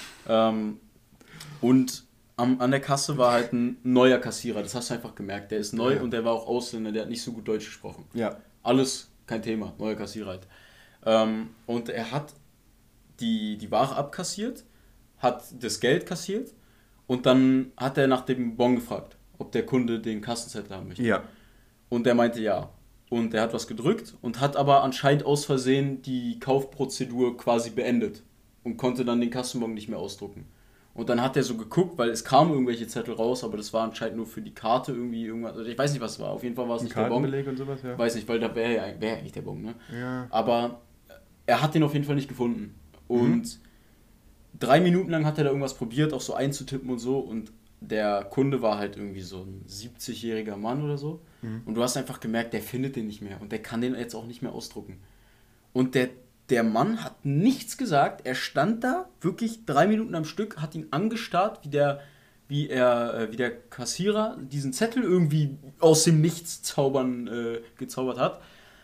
Und an der Kasse war halt ein neuer Kassierer, das hast du einfach gemerkt. Der ist neu und der war auch Ausländer, der hat nicht so gut Deutsch gesprochen. Ja. Alles kein Thema, neuer Kassierer halt. Und er hat die Ware abkassiert, hat das Geld kassiert und dann hat er nach dem Bon gefragt, ob der Kunde den Kassenzettel haben möchte. Ja. Und der meinte ja. Und er hat was gedrückt und hat aber anscheinend aus Versehen die Kaufprozedur quasi beendet und konnte dann den Kassenbon nicht mehr ausdrucken. Und dann hat er so geguckt, weil es kamen irgendwelche Zettel raus, aber das war anscheinend nur für die Karte irgendwie irgendwas. Also ich weiß nicht, was es war. Auf jeden Fall war es nicht der Bon. Kartenbeleg und sowas, ja. Weiß nicht, weil da wäre eigentlich der Bon, ne? Ja. Aber er hat den auf jeden Fall nicht gefunden. Und 3 Minuten lang hat er da irgendwas probiert, auch so einzutippen und so. Und der Kunde war halt irgendwie so ein 70-jähriger Mann oder so. Und du hast einfach gemerkt, der findet den nicht mehr. Und der kann den jetzt auch nicht mehr ausdrucken. Und der Mann hat nichts gesagt. Er stand da wirklich 3 Minuten am Stück, hat ihn angestarrt, wie der Kassierer diesen Zettel irgendwie aus dem Nichts gezaubert hat.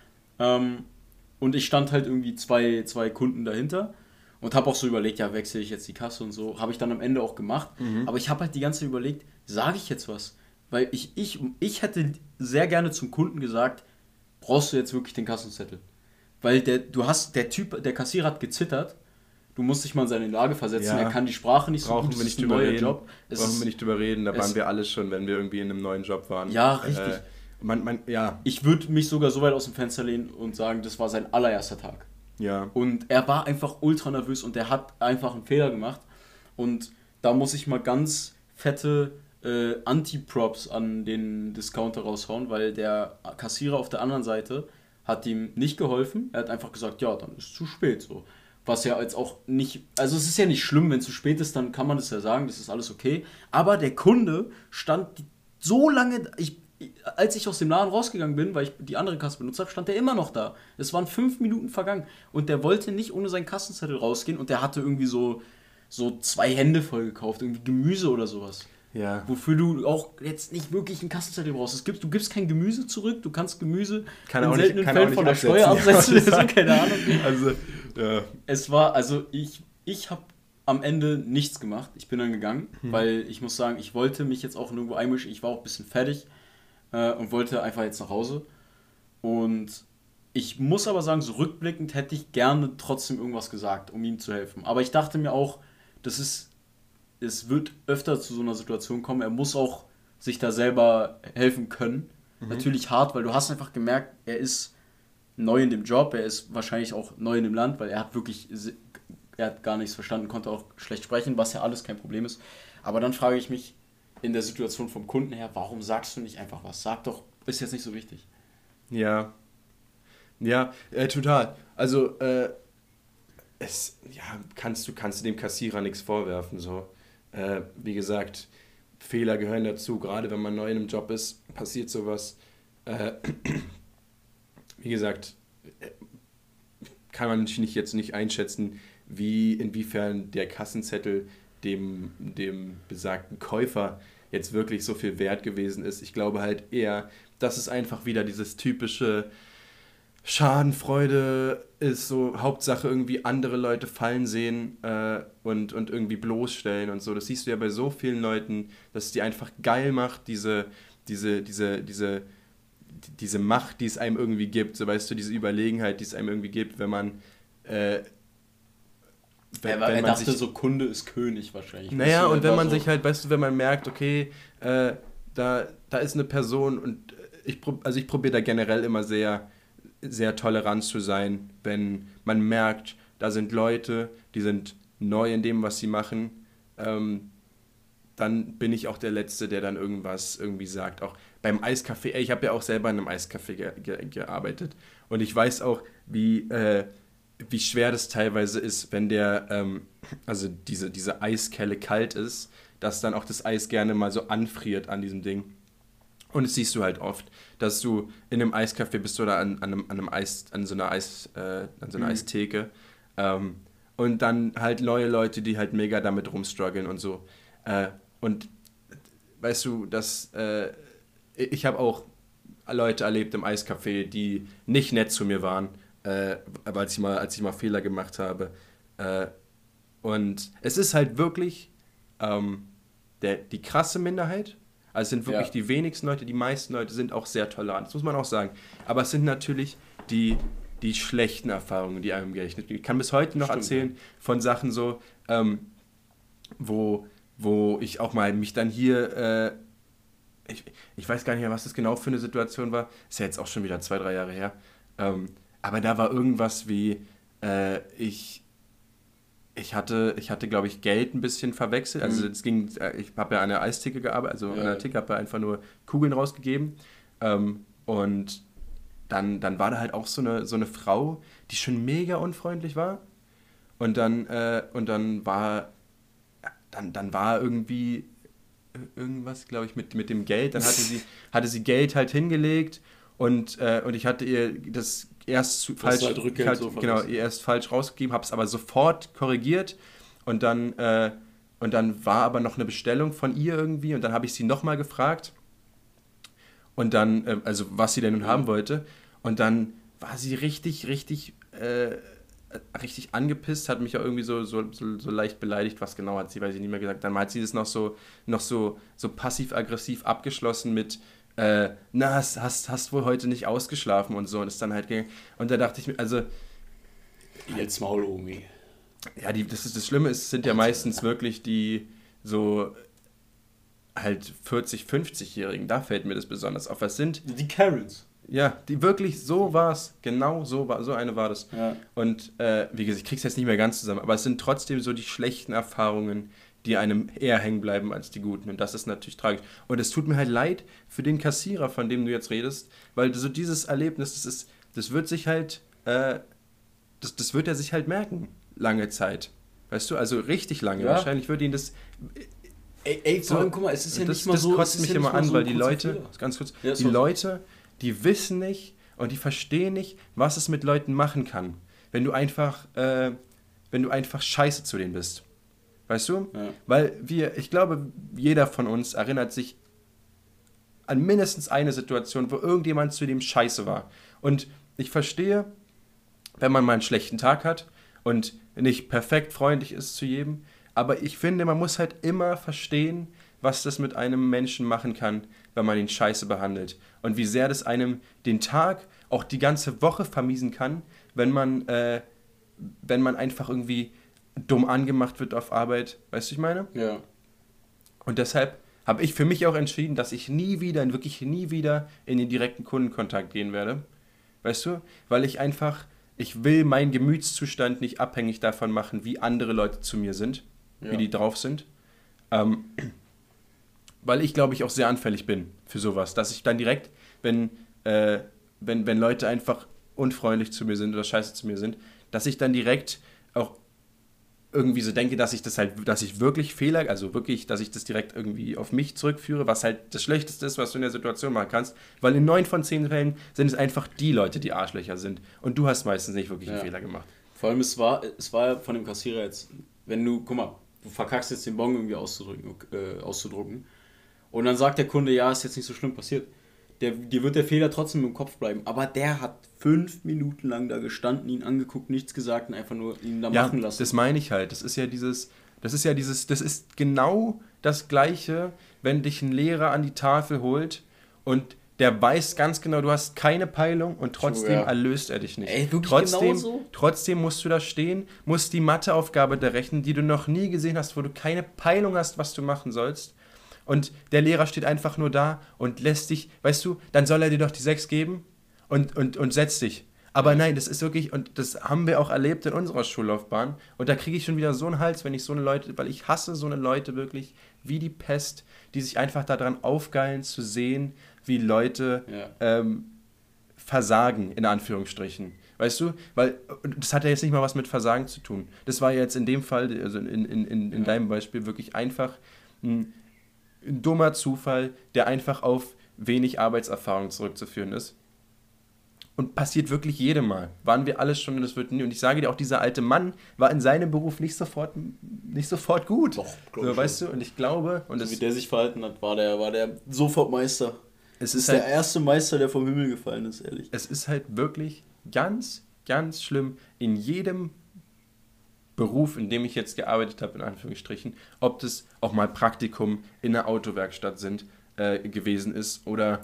Und ich stand halt irgendwie zwei Kunden dahinter und habe auch so überlegt, ja, wechsle ich jetzt die Kasse und so. Habe ich dann am Ende auch gemacht. Aber ich habe halt die ganze Zeit überlegt, sage ich jetzt was? Weil ich hätte sehr gerne zum Kunden gesagt, brauchst du jetzt wirklich den Kassenzettel? Weil der Kassierer hat gezittert. Du musst dich mal in seine Lage versetzen. Ja. Er kann die Sprache nicht so gut. Brauchen wir nicht drüber reden. Da waren wir alle schon, wenn wir irgendwie in einem neuen Job waren. Ja, richtig. Ja. Ich würde mich sogar so weit aus dem Fenster lehnen und sagen, das war sein allererster Tag. Ja. Und er war einfach ultra nervös und er hat einfach einen Fehler gemacht. Und da muss ich mal ganz fette Anti-Props an den Discounter raushauen, weil der Kassierer auf der anderen Seite hat ihm nicht geholfen. Er hat einfach gesagt, ja, dann ist zu spät so. Was ja jetzt auch nicht, also es ist ja nicht schlimm, wenn es zu spät ist, dann kann man das ja sagen, das ist alles okay. Aber der Kunde stand so lange, als ich aus dem Laden rausgegangen bin, weil ich die andere Kasse benutzt habe, stand der immer noch da. Es waren 5 Minuten vergangen und der wollte nicht ohne seinen Kassenzettel rausgehen und der hatte irgendwie so 2 Hände voll gekauft, irgendwie Gemüse oder sowas. Ja. Wofür du auch jetzt nicht wirklich einen Kassenzettel brauchst. Du gibst kein Gemüse zurück, du kannst Gemüse in seltenen Fällen von der Steuer absetzen. Das ist keine Ahnung. Also, ja. Ich habe am Ende nichts gemacht. Ich bin dann gegangen, weil ich muss sagen, ich wollte mich jetzt auch nirgendwo einmischen. Ich war auch ein bisschen fertig und wollte einfach jetzt nach Hause. Und ich muss aber sagen, so rückblickend hätte ich gerne trotzdem irgendwas gesagt, um ihm zu helfen. Aber ich dachte mir auch, es wird öfter zu so einer Situation kommen. Er muss auch sich da selber helfen können. Natürlich hart, weil du hast einfach gemerkt, er ist neu in dem Job, er ist wahrscheinlich auch neu in dem Land, weil er hat gar nichts verstanden, konnte auch schlecht sprechen, was ja alles kein Problem ist. Aber dann frage ich mich in der Situation vom Kunden her, warum sagst du nicht einfach was? Sag doch, ist jetzt nicht so wichtig. Ja. Ja, total. Also, kannst du dem Kassierer nichts vorwerfen, so. Wie gesagt, Fehler gehören dazu, gerade wenn man neu in einem Job ist, passiert sowas. Wie gesagt, kann man jetzt nicht einschätzen, inwiefern der Kassenzettel dem besagten Käufer jetzt wirklich so viel wert gewesen ist. Ich glaube halt eher, dass es einfach wieder dieses typische Schadenfreude ist, so Hauptsache irgendwie andere Leute fallen sehen und irgendwie bloßstellen und so. Das siehst du ja bei so vielen Leuten, dass es die einfach geil macht, diese Macht, die es einem irgendwie gibt, so weißt du, diese Überlegenheit, die es einem irgendwie gibt, wenn man er dachte so, Kunde ist König wahrscheinlich. Naja, und wenn man sich halt, weißt du, wenn man merkt, okay, da ist eine Person und ich probiere da generell immer sehr, sehr tolerant zu sein, wenn man merkt, da sind Leute, die sind neu in dem, was sie machen, dann bin ich auch der Letzte, der dann irgendwas irgendwie sagt. Auch beim Eiskaffee, ich habe ja auch selber in einem Eiskaffee gearbeitet und ich weiß auch, wie schwer das teilweise ist, wenn also diese Eiskelle kalt ist, dass dann auch das Eis gerne mal so anfriert an diesem Ding. Und das siehst du halt oft, dass du in einem Eiscafé bist oder an so einer Eistheke und dann halt neue Leute, die halt mega damit rumstruggeln und so. Und weißt du, ich habe auch Leute erlebt im Eiscafé, die nicht nett zu mir waren, aber als ich mal Fehler gemacht habe. Und es ist halt wirklich die krasse Minderheit. Also es sind wirklich die wenigsten Leute, die meisten Leute sind auch sehr tolerant, das muss man auch sagen. Aber es sind natürlich die schlechten Erfahrungen, die einem gerechnet werden. Ich kann bis heute noch erzählen von Sachen so, wo ich auch mal mich dann hier, ich weiß gar nicht mehr, was das genau für eine Situation war, ist ja jetzt auch schon wieder 2-3 Jahre her, aber da war irgendwas wie, ich hatte, glaube ich, Geld ein bisschen verwechselt. Also ich habe ja an der Eistheke gearbeitet, also an der Theke habe ich einfach nur Kugeln rausgegeben. Und dann war da halt auch so eine Frau, die schon mega unfreundlich war. Und dann war irgendwie irgendwas, glaube ich, mit dem Geld. Dann hatte sie Geld halt hingelegt und ich hatte ihr das erst falsch rausgegeben, habe es aber sofort korrigiert und dann war aber noch eine Bestellung von ihr irgendwie und dann habe ich sie nochmal gefragt und dann, also was sie denn nun haben wollte und dann war sie richtig angepisst, hat mich auch irgendwie so leicht beleidigt, was genau hat sie, weiß ich nicht mehr gesagt, dann hat sie das noch so passiv-aggressiv abgeschlossen mit hast wohl heute nicht ausgeschlafen und so und ist dann halt gegangen. Und da dachte ich mir, also jetzt Maul, Omi. Ja, das Schlimme ist, sind ja meistens wirklich die so halt 40-, 50-Jährigen, da fällt mir das besonders auf. Was sind die Karens? Ja, die wirklich, so war es, genau so eine war das. Ja. Und wie gesagt, ich krieg's jetzt nicht mehr ganz zusammen, aber es sind trotzdem so die schlechten Erfahrungen, die einem eher hängen bleiben als die guten. Und das ist natürlich tragisch. Und es tut mir halt leid für den Kassierer, von dem du jetzt redest, weil so dieses Erlebnis, das wird sich halt, das wird er sich halt merken, lange Zeit. Weißt du, also richtig lange. Ja. Wahrscheinlich würde ihn das... Ey, vor allem, guck mal, es ist ja nicht mal so... Das kotzt mich immer an, weil die Leute, ganz kurz, die Leute, die wissen nicht und die verstehen nicht, was es mit Leuten machen kann, wenn du einfach scheiße zu denen bist. Weißt du? Ja. Weil ich glaube, jeder von uns erinnert sich an mindestens eine Situation, wo irgendjemand zu dem scheiße war. Und ich verstehe, wenn man mal einen schlechten Tag hat und nicht perfekt freundlich ist zu jedem, aber ich finde, man muss halt immer verstehen, was das mit einem Menschen machen kann, wenn man ihn scheiße behandelt. Und wie sehr das einem den Tag, auch die ganze Woche vermiesen kann, wenn man einfach irgendwie dumm angemacht wird auf Arbeit. Weißt du, ich meine? Ja. Und deshalb habe ich für mich auch entschieden, dass ich wirklich nie wieder in den direkten Kundenkontakt gehen werde. Weißt du? Weil ich will meinen Gemütszustand nicht abhängig davon machen, wie andere Leute zu mir sind, wie die drauf sind. Weil ich, glaube ich, auch sehr anfällig bin für sowas. Dass ich dann direkt, wenn Leute einfach unfreundlich zu mir sind oder scheiße zu mir sind, dass ich dann direkt auch irgendwie so denke, dass ich wirklich Fehler, also wirklich, dass ich das direkt irgendwie auf mich zurückführe, was halt das Schlechteste ist, was du in der Situation machen kannst, weil in 9 von 10 Fällen sind es einfach die Leute, die Arschlöcher sind und du hast meistens nicht wirklich einen Fehler gemacht. Vor allem, es war von dem Kassierer jetzt, wenn du, guck mal, du verkackst jetzt den Bon irgendwie auszudrucken Und dann sagt der Kunde, ja, ist jetzt nicht so schlimm passiert. Dir wird der Fehler trotzdem im Kopf bleiben. Aber der hat 5 Minuten lang da gestanden, ihn angeguckt, nichts gesagt und einfach nur ihn da machen lassen. Das meine ich halt. Das ist genau das Gleiche, wenn dich ein Lehrer an die Tafel holt und der weiß ganz genau, du hast keine Peilung und trotzdem erlöst er dich nicht. Ey, wirklich genauso? Trotzdem musst du da stehen, musst die Matheaufgabe da rechnen, die du noch nie gesehen hast, wo du keine Peilung hast, was du machen sollst. Und der Lehrer steht einfach nur da und lässt dich, weißt du, dann soll er dir doch die 6 geben und setzt dich. Aber nein, das ist wirklich, und das haben wir auch erlebt in unserer Schullaufbahn. Und da kriege ich schon wieder so einen Hals, wenn ich so eine Leute, weil ich hasse so eine Leute wirklich wie die Pest, die sich einfach daran aufgeilen zu sehen, wie Leute versagen, in Anführungsstrichen. Weißt du? Weil das hat ja jetzt nicht mal was mit Versagen zu tun. Das war jetzt in dem Fall, also in deinem Beispiel, wirklich einfach ein dummer Zufall, der einfach auf wenig Arbeitserfahrung zurückzuführen ist. Und passiert wirklich jedem Mal. Waren wir alles schon und das wird nie. Und ich sage dir auch, dieser alte Mann war in seinem Beruf nicht sofort gut. Doch, so, weißt du? Und ich glaube... Und so wie der sich verhalten hat, war der sofort Meister. Es ist halt, der erste Meister, der vom Himmel gefallen ist, ehrlich. Es ist halt wirklich ganz, ganz schlimm in jedem Beruf, in dem ich jetzt gearbeitet habe, in Anführungsstrichen, ob das auch mal Praktikum in einer Autowerkstatt gewesen ist oder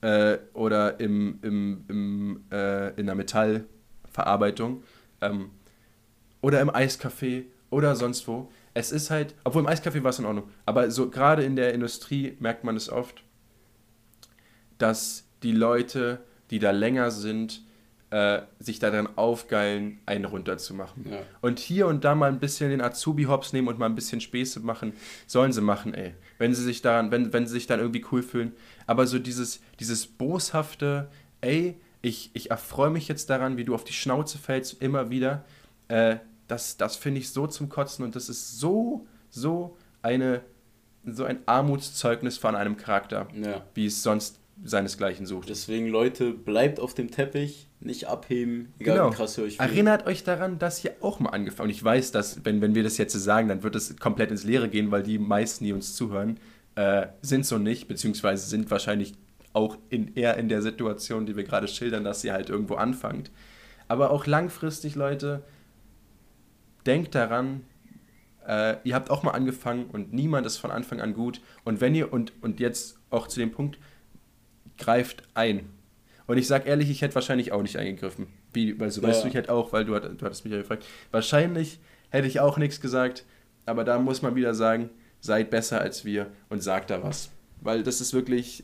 in der Metallverarbeitung oder im Eiscafé oder sonst wo. Es ist halt, obwohl im Eiscafé war es in Ordnung, aber so gerade in der Industrie merkt man es oft, dass die Leute, die da länger sind, sich daran aufgeilen, einen runterzumachen. Ja. Und hier und da mal ein bisschen den Azubi-Hops nehmen und mal ein bisschen Späße machen, sollen sie machen, ey. Wenn sie sich dann irgendwie cool fühlen. Aber so dieses boshafte, ey, ich erfreue mich jetzt daran, wie du auf die Schnauze fällst, immer wieder, das finde ich so zum Kotzen und das ist so ein Armutszeugnis von einem Charakter, wie es sonst seinesgleichen sucht. Deswegen, Leute, bleibt auf dem Teppich, nicht abheben, egal wie krass ihr euch fühlt. Erinnert euch daran, dass ihr auch mal angefangen. Und ich weiß, dass, wenn wir das jetzt sagen, dann wird es komplett ins Leere gehen, weil die meisten, die uns zuhören, sind so nicht, beziehungsweise sind wahrscheinlich auch eher in der Situation, die wir gerade schildern, dass ihr halt irgendwo anfangt. Aber auch langfristig, Leute, denkt daran, ihr habt auch mal angefangen und niemand ist von Anfang an gut. Und wenn ihr, und jetzt auch zu dem Punkt, greift ein. Und ich sag ehrlich, ich hätte wahrscheinlich auch nicht eingegriffen. Weißt du, ich hätte auch, weil du hattest mich ja gefragt, wahrscheinlich hätte ich auch nichts gesagt, aber da muss man wieder sagen, seid besser als wir und sagt da was. Weil das ist wirklich,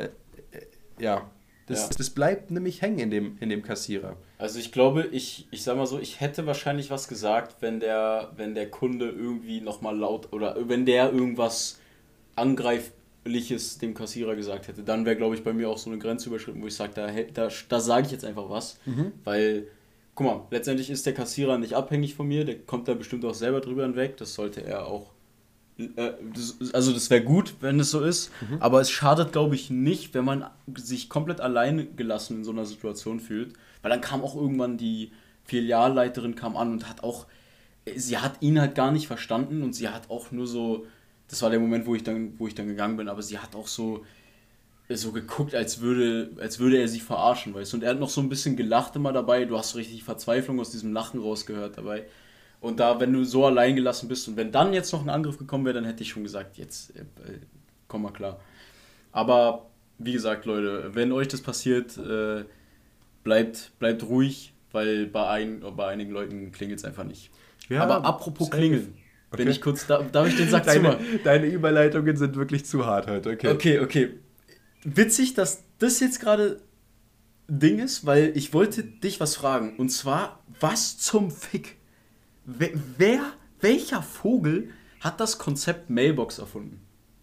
das bleibt nämlich hängen in dem Kassierer. Also ich glaube, ich sag mal so, ich hätte wahrscheinlich was gesagt, wenn der Kunde irgendwie nochmal laut oder wenn der irgendwas Angreifliches dem Kassierer gesagt hätte, dann wäre, glaube ich, bei mir auch so eine Grenze überschritten, wo ich sage, da sage ich jetzt einfach was, weil, guck mal, letztendlich ist der Kassierer nicht abhängig von mir, der kommt da bestimmt auch selber drüber hinweg, das sollte er auch, das wäre gut, wenn es so ist, aber es schadet, glaube ich, nicht, wenn man sich komplett alleine gelassen in so einer Situation fühlt, weil dann kam auch irgendwann die Filialleiterin kam an und sie hat ihn halt gar nicht verstanden und sie hat auch nur so, das war der Moment, wo ich dann gegangen bin, aber sie hat auch so geguckt, als würde er sie verarschen, weißt du, und er hat noch so ein bisschen gelacht immer dabei, du hast so richtig Verzweiflung aus diesem Lachen rausgehört dabei. Und da, wenn du so allein gelassen bist und wenn dann jetzt noch ein Angriff gekommen wäre, dann hätte ich schon gesagt, jetzt komm mal klar. Aber wie gesagt, Leute, wenn euch das passiert, bleibt ruhig, weil bei einigen Leuten klingelt es einfach nicht. Ja, aber apropos klingeln, wenn ich kurz, darf ich den Sack zumachen? Deine Überleitungen sind wirklich zu hart heute, Okay. Witzig, dass das jetzt gerade Ding ist, weil ich wollte dich was fragen. Und zwar, was zum Fick? Welcher Vogel hat das Konzept Mailbox erfunden?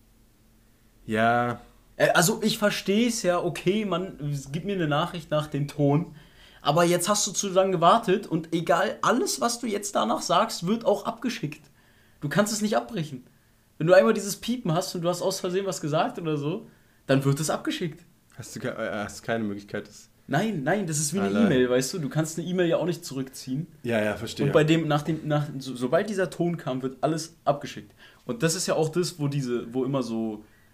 Ja. Also ich verstehe es ja, okay, man gibt mir eine Nachricht nach dem Ton, aber jetzt hast du zu lange gewartet und egal, alles, was du jetzt danach sagst, wird auch abgeschickt. Du kannst es nicht abbrechen. Wenn du einmal dieses Piepen hast und du hast aus Versehen was gesagt oder so, dann wird es abgeschickt. Hast du keine Möglichkeit, das... Nein, das ist wie eine E-Mail, weißt du? Du kannst eine E-Mail ja auch nicht zurückziehen. Ja, verstehe. Und bei dem, sobald dieser Ton kam, wird alles abgeschickt. Und das ist ja auch das, wo immer so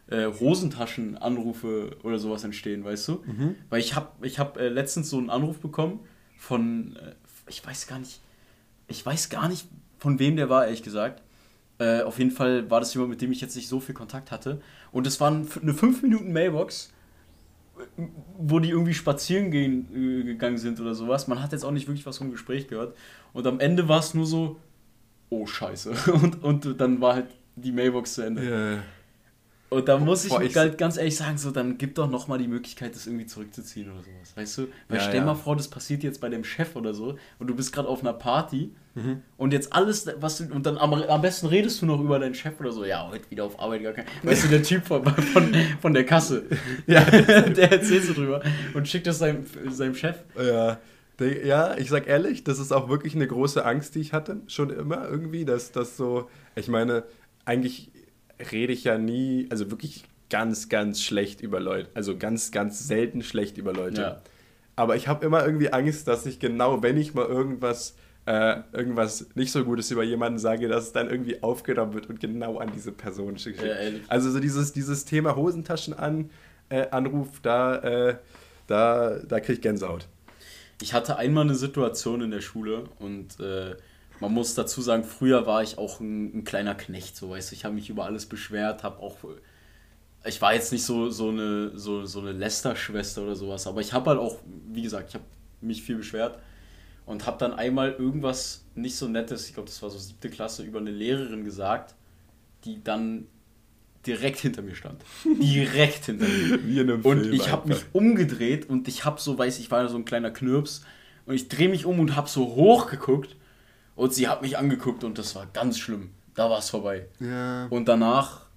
Hosentaschenanrufe oder sowas entstehen, weißt du? Weil ich hab letztens so einen Anruf bekommen von, ich weiß gar nicht, von wem der war, ehrlich gesagt. Auf jeden Fall war das jemand, mit dem ich jetzt nicht so viel Kontakt hatte. Und es war eine 5 Minuten Mailbox, wo die irgendwie spazieren gegangen sind oder sowas. Man hat jetzt auch nicht wirklich was vom Gespräch gehört. Und am Ende war es nur so, oh Scheiße. Und dann war halt die Mailbox zu Ende. Yeah. Und da muss ich halt ganz ehrlich sagen, so, dann gib doch nochmal die Möglichkeit, das irgendwie zurückzuziehen oder sowas, weißt du? Weil stell mal vor, das passiert jetzt bei dem Chef oder so und du bist gerade auf einer Party und jetzt alles, was du, und dann am besten redest du noch über deinen Chef oder so, ja, heute wieder auf Arbeit, gar kein, weißt du, der Typ von der Kasse, ja, der erzählt so drüber und schickt das seinem Chef. Ja. Ja, ich sag ehrlich, das ist auch wirklich eine große Angst, die ich hatte, schon immer irgendwie, dass das so, ich meine, eigentlich rede ich ja nie, also wirklich ganz, ganz schlecht über Leute, also ganz, ganz selten schlecht über Leute. Ja. Aber ich habe immer irgendwie Angst, dass ich genau, wenn ich mal irgendwas nicht so Gutes über jemanden sage, dass es dann irgendwie aufgenommen wird und genau an diese Person schickt. Ja, also so dieses Thema Hosentaschenanruf, da kriege ich Gänsehaut. Ich hatte einmal eine Situation in der Schule und man muss dazu sagen, früher war ich auch ein kleiner Knecht, so, weißt du, ich habe mich über alles beschwert, ich war jetzt nicht so eine Lästerschwester oder sowas, aber ich habe halt auch, wie gesagt, ich habe mich viel beschwert und habe dann einmal irgendwas nicht so Nettes, ich glaube, das war so 7. Klasse, über eine Lehrerin gesagt, die dann direkt hinter mir stand. Direkt hinter mir. Wie in einem Film. Und ich habe mich umgedreht und ich habe so, ich war so ein kleiner Knirps und ich drehe mich um und habe so hochgeguckt und sie hat mich angeguckt und das war ganz schlimm. Da war es vorbei. Ja. Und danach,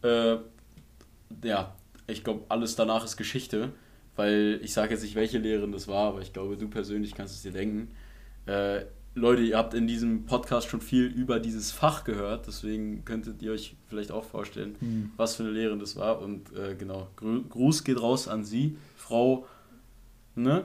ich glaube, alles danach ist Geschichte, weil ich sage jetzt nicht, welche Lehrerin das war, aber ich glaube, du persönlich kannst es dir denken. Leute, ihr habt in diesem Podcast schon viel über dieses Fach gehört, deswegen könntet ihr euch vielleicht auch vorstellen, was für eine Lehrerin das war. Und genau, Gruß geht raus an Sie, Frau, ne?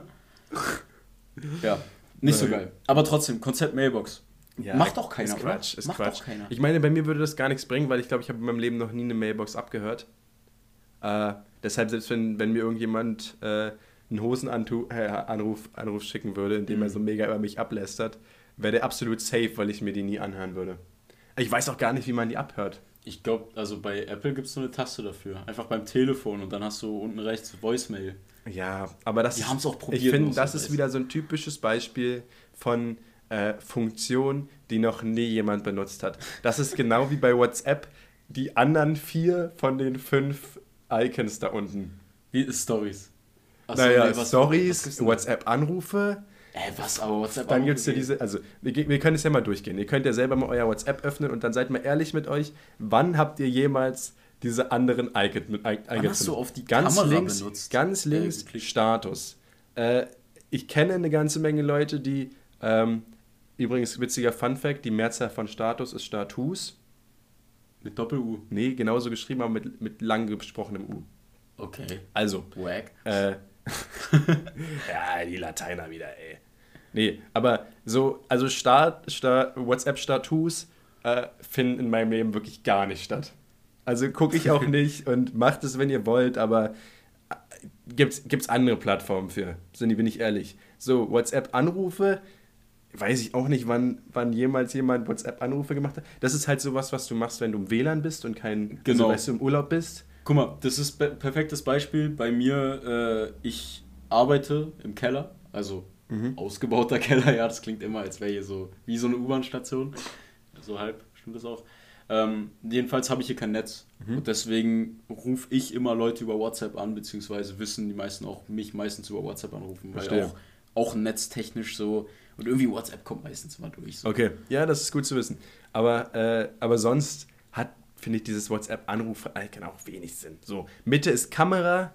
Ja, nicht so geil. Aber trotzdem, Konzept Mailbox. Ja, macht doch keiner, oder? Macht doch keiner. Ich meine, bei mir würde das gar nichts bringen, weil ich glaube, ich habe in meinem Leben noch nie eine Mailbox abgehört. Deshalb, selbst wenn mir irgendjemand einen Hosenanruf schicken würde, in dem er so mega über mich ablästert, wäre der absolut safe, weil ich mir die nie anhören würde. Ich weiß auch gar nicht, wie man die abhört. Ich glaube, also bei Apple gibt es so eine Taste dafür. Einfach beim Telefon und dann hast du unten rechts Voicemail. Ja, aber das haben es auch probiert. Ich finde, das ist wieder so ein typisches Beispiel von Funktion, die noch nie jemand benutzt hat. Das ist genau wie bei WhatsApp, die anderen 4 von den 5 Icons da unten. Wie Stories? Stories, WhatsApp-Anrufe. Was, aber WhatsApp-Anrufe? Dann gibt es ja diese, also wir können es ja mal durchgehen. Ihr könnt ja selber mal euer WhatsApp öffnen und dann seid mal ehrlich mit euch, wann habt ihr jemals diese anderen Icons mit Wann hast du auf die ganz Kamera links, benutzt? Ganz links Status. Ich kenne eine ganze Menge Leute, die, übrigens witziger Funfact, die Mehrzahl von Status ist Status. Mit Doppel-U? Nee, genauso geschrieben, aber mit lang gesprochenem U. Okay. Also. Wack. Ja, die Lateiner wieder, ey. Nee, aber so, also WhatsApp-Status finden in meinem Leben wirklich gar nicht statt. Also gucke ich auch nicht und macht es, wenn ihr wollt, aber gibt's andere Plattformen für, bin ich ehrlich. So, WhatsApp-Anrufe, weiß ich auch nicht, wann jemals jemand WhatsApp-Anrufe gemacht hat. Das ist halt sowas, was du machst, wenn du im WLAN bist und also, weißt du, im Urlaub bist. Guck mal, das ist perfektes Beispiel. Bei mir, ich arbeite im Keller, also ausgebauter Keller, ja, das klingt immer, als wäre hier so wie so eine U-Bahn-Station. So halb, stimmt das auch. Jedenfalls habe ich hier kein Netz und deswegen rufe ich immer Leute über WhatsApp an, beziehungsweise wissen die meisten auch mich meistens über WhatsApp anrufen, weil auch netztechnich so und irgendwie WhatsApp kommt meistens immer durch. So. Okay, ja, das ist gut zu wissen. Aber sonst finde ich dieses WhatsApp-Anruf-Icon auch wenig Sinn. So, Mitte ist Kamera,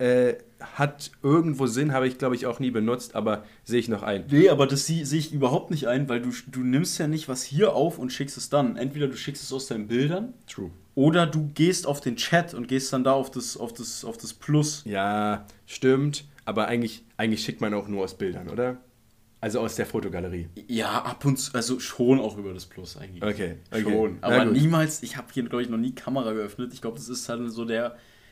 hat irgendwo Sinn, habe ich, glaube ich, auch nie benutzt, aber sehe ich noch ein. Nee, aber das sehe ich überhaupt nicht ein, weil du nimmst ja nicht was hier auf und schickst es dann. Entweder du schickst es aus deinen Bildern. True. Oder du gehst auf den Chat und gehst dann da auf das Plus. Ja, stimmt. Aber eigentlich schickt man auch nur aus Bildern, oder? Also aus der Fotogalerie. Ja, ab und zu, also schon auch über das Plus eigentlich. Okay. Schon. Aber niemals, ich habe hier, glaube ich, noch nie Kamera geöffnet. Ich glaube, das ist halt so der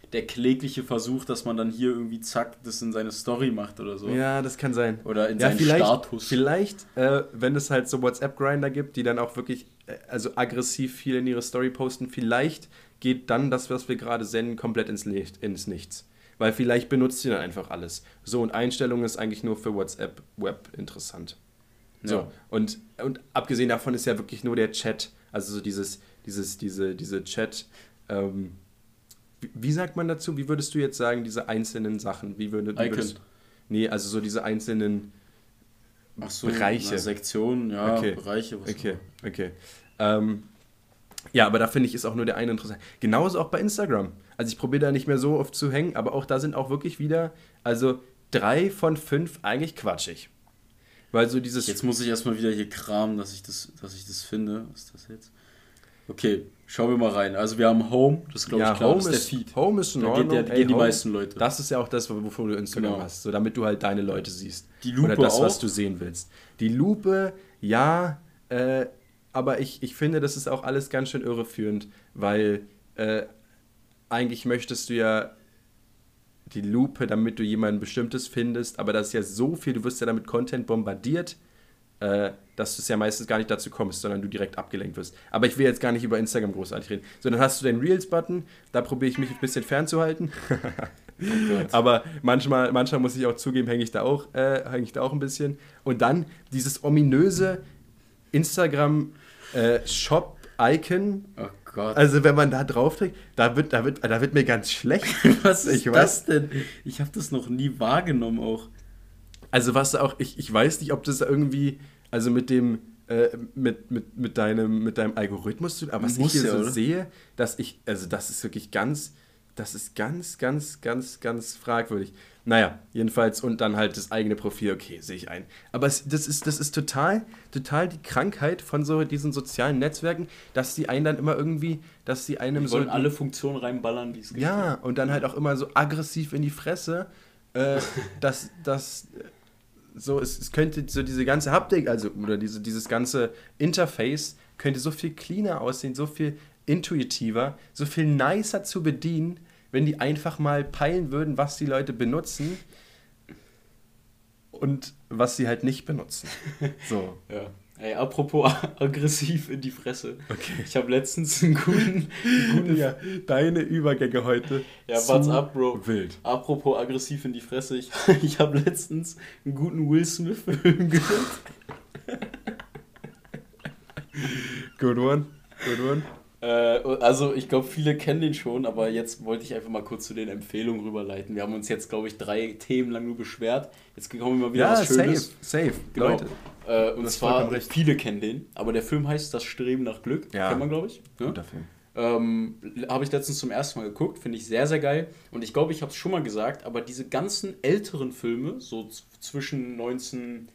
der klägliche Versuch, dass man dann hier irgendwie zack, das in seine Story macht oder so. Ja, das kann sein. Oder in Ja, seinen Status. Vielleicht, wenn es halt so WhatsApp-Grinder gibt, die dann auch wirklich also aggressiv viel in ihre Story posten, vielleicht geht dann das, was wir gerade senden, komplett ins Nichts. Weil vielleicht benutzt sie dann einfach alles. So, und Einstellungen ist eigentlich nur für WhatsApp Web interessant. So, Ja. und abgesehen davon ist ja wirklich nur der Chat, also so diese Chat, wie sagt man dazu? Wie würdest du jetzt sagen, diese einzelnen Sachen? Wie würdest, nee, also so diese einzelnen Ach so, Bereiche. Sektionen, ja, Okay. Bereiche. Was Okay. Ja, aber da finde ich, ist auch nur der eine interessant. Genauso auch bei Instagram. Also ich probiere da nicht mehr so oft zu hängen, aber auch da sind auch wirklich wieder, also 3 von 5 eigentlich quatschig. Weil so dieses... Jetzt muss ich erstmal wieder hier kramen, dass ich das finde. Was ist das jetzt? Okay, schauen wir mal rein. Also wir haben Home, das ist glaube ich klar, Home das ist der ist, Feed. Home ist in Da Ordnung. gehen die Home, meisten Leute. Das ist ja auch das, wovon du Instagram Genau. hast, so damit du halt deine Leute siehst. Die Lupe oder das, was auch. du sehen willst. Die Lupe, ja, aber ich finde, das ist auch alles ganz schön irreführend, weil eigentlich möchtest du ja die Lupe, damit du jemanden Bestimmtes findest, aber das ist ja so viel, du wirst ja damit Content bombardiert, dass du es ja meistens gar nicht dazu kommst, sondern du direkt abgelenkt wirst. Aber ich will jetzt gar nicht über Instagram großartig reden. So, dann hast du den Reels-Button, da probiere ich mich ein bisschen fernzuhalten. Aber manchmal muss ich auch zugeben, hänge ich da auch ein bisschen. Und dann dieses ominöse Instagram-Shop-Icon. Oh Gott. Also wenn man da drauf trägt, da wird mir ganz schlecht. Was ist Ich das denn? Ich habe das noch nie wahrgenommen auch. Also was auch, ich weiß nicht, ob das irgendwie, also mit dem, mit deinem Algorithmus zu tun, aber was Muss ich hier ja, so oder? sehe, das ist wirklich ganz fragwürdig. Naja, jedenfalls, und dann halt das eigene Profil, okay, sehe ich ein. Aber das ist total die Krankheit von so diesen sozialen Netzwerken, dass die einen dann immer irgendwie, dass die einem Wir so... wollen alle Funktionen reinballern, die es gibt. Ja, und dann halt auch immer so aggressiv in die Fresse, dass so, es könnte so diese ganze Haptik, also, oder dieses ganze Interface könnte so viel cleaner aussehen, so viel intuitiver, so viel nicer zu bedienen, wenn die einfach mal peilen würden, was die Leute benutzen und was sie halt nicht benutzen. So. Ja. Ey, apropos aggressiv in die Fresse. Okay. Ich habe letztens einen guten Ja, deine Übergänge heute. Ja, zu what's up, Bro? Wild. Apropos aggressiv in die Fresse, ich habe letztens einen guten Will Smith-Film gehört. Good one. Also ich glaube, viele kennen den schon, aber jetzt wollte ich einfach mal kurz zu den Empfehlungen rüberleiten. Wir haben uns jetzt, glaube ich, 3 Themen lang nur beschwert. Jetzt kommen wir mal wieder Ja, was Schönes. safe, Genau. Leute. Und hast zwar, vollkommen recht. viele kennen den, aber der Film heißt Das Streben nach Glück. Ja. Kennt man, glaube ich. Ja? Guter Film. Habe ich letztens zum ersten Mal geguckt, finde ich sehr, sehr geil. Und ich glaube, ich habe es schon mal gesagt, aber diese ganzen älteren Filme, so zwischen 19,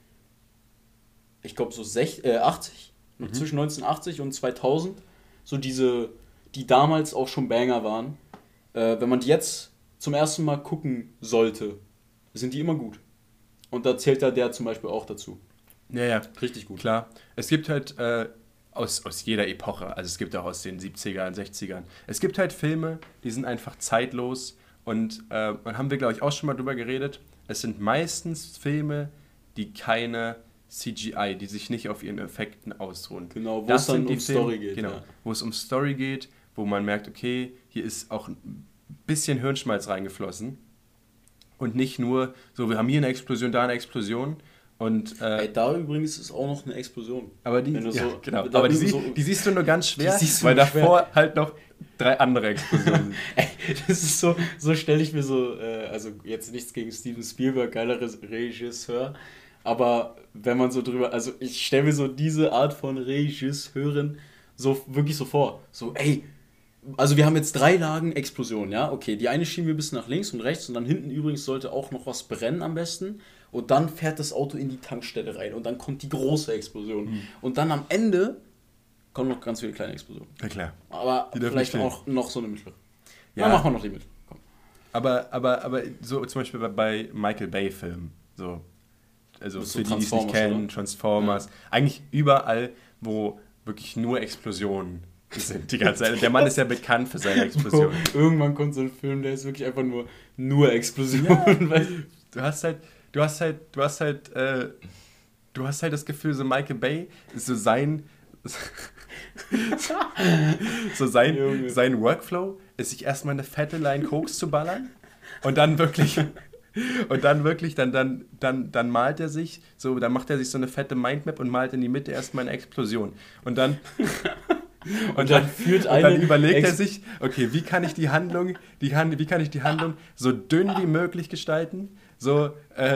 ich glaube so 80, zwischen 1980 und 2000, so diese, die damals auch schon Banger waren, wenn man die jetzt zum ersten Mal gucken sollte, sind die immer gut. Und da zählt da der zum Beispiel auch dazu. Ja, Richtig gut. klar. Es gibt halt aus jeder Epoche, also es gibt auch aus den 70ern, 60ern, es gibt halt Filme, die sind einfach zeitlos und dann haben wir, glaube ich, auch schon mal drüber geredet, es sind meistens Filme, die keine CGI, die sich nicht auf ihren Effekten ausruhen. Genau, wo Das es dann sind die um Story geht. Genau, Ja. wo es um Story geht, wo man merkt, okay, hier ist auch ein bisschen Hirnschmalz reingeflossen und nicht nur so, wir haben hier eine Explosion, da eine Explosion. Und, Ey, da übrigens ist auch noch eine Explosion. aber die, Wenn du ja, so- genau. da Aber die, so- die siehst du nur ganz schwer, Die siehst du weil nur davor halt noch 3 andere Explosionen sind. Ey, das ist so stelle ich mir so, also jetzt nichts gegen Steven Spielberg, geiler Regisseur, aber wenn man so drüber, also ich stelle mir so diese Art von Regisseuren so wirklich so vor, so ey, also wir haben jetzt 3 Lagen Explosion, ja, okay, die eine schieben wir bis nach links und rechts und dann hinten übrigens sollte auch noch was brennen am besten und dann fährt das Auto in die Tankstelle rein und dann kommt die große Explosion und dann am Ende kommen noch ganz viele kleine Explosionen. Na klar. Aber Die dürfen vielleicht nicht auch noch so eine mittlere. Ja. Ja, machen wir noch die mit. Komm. Aber so zum Beispiel bei Michael Bay-Filmen, so, also Das ist für so die es nicht Transformers, kennen, oder? Transformers, eigentlich überall, wo wirklich nur Explosionen sind die ganze Zeit. Der Mann ist ja bekannt für seine Explosionen. Irgendwann kommt so ein Film, der ist wirklich einfach nur Explosionen. Ja. Du hast halt das Gefühl, so Michael Bay ist so sein Workflow ist, sich erstmal eine fette Line Koks zu ballern und dann malt er sich, so, dann macht er sich so eine fette Mindmap und malt in die Mitte erstmal eine Explosion. Und dann überlegt er sich, okay, wie kann ich die Handlung so dünn wie möglich gestalten, so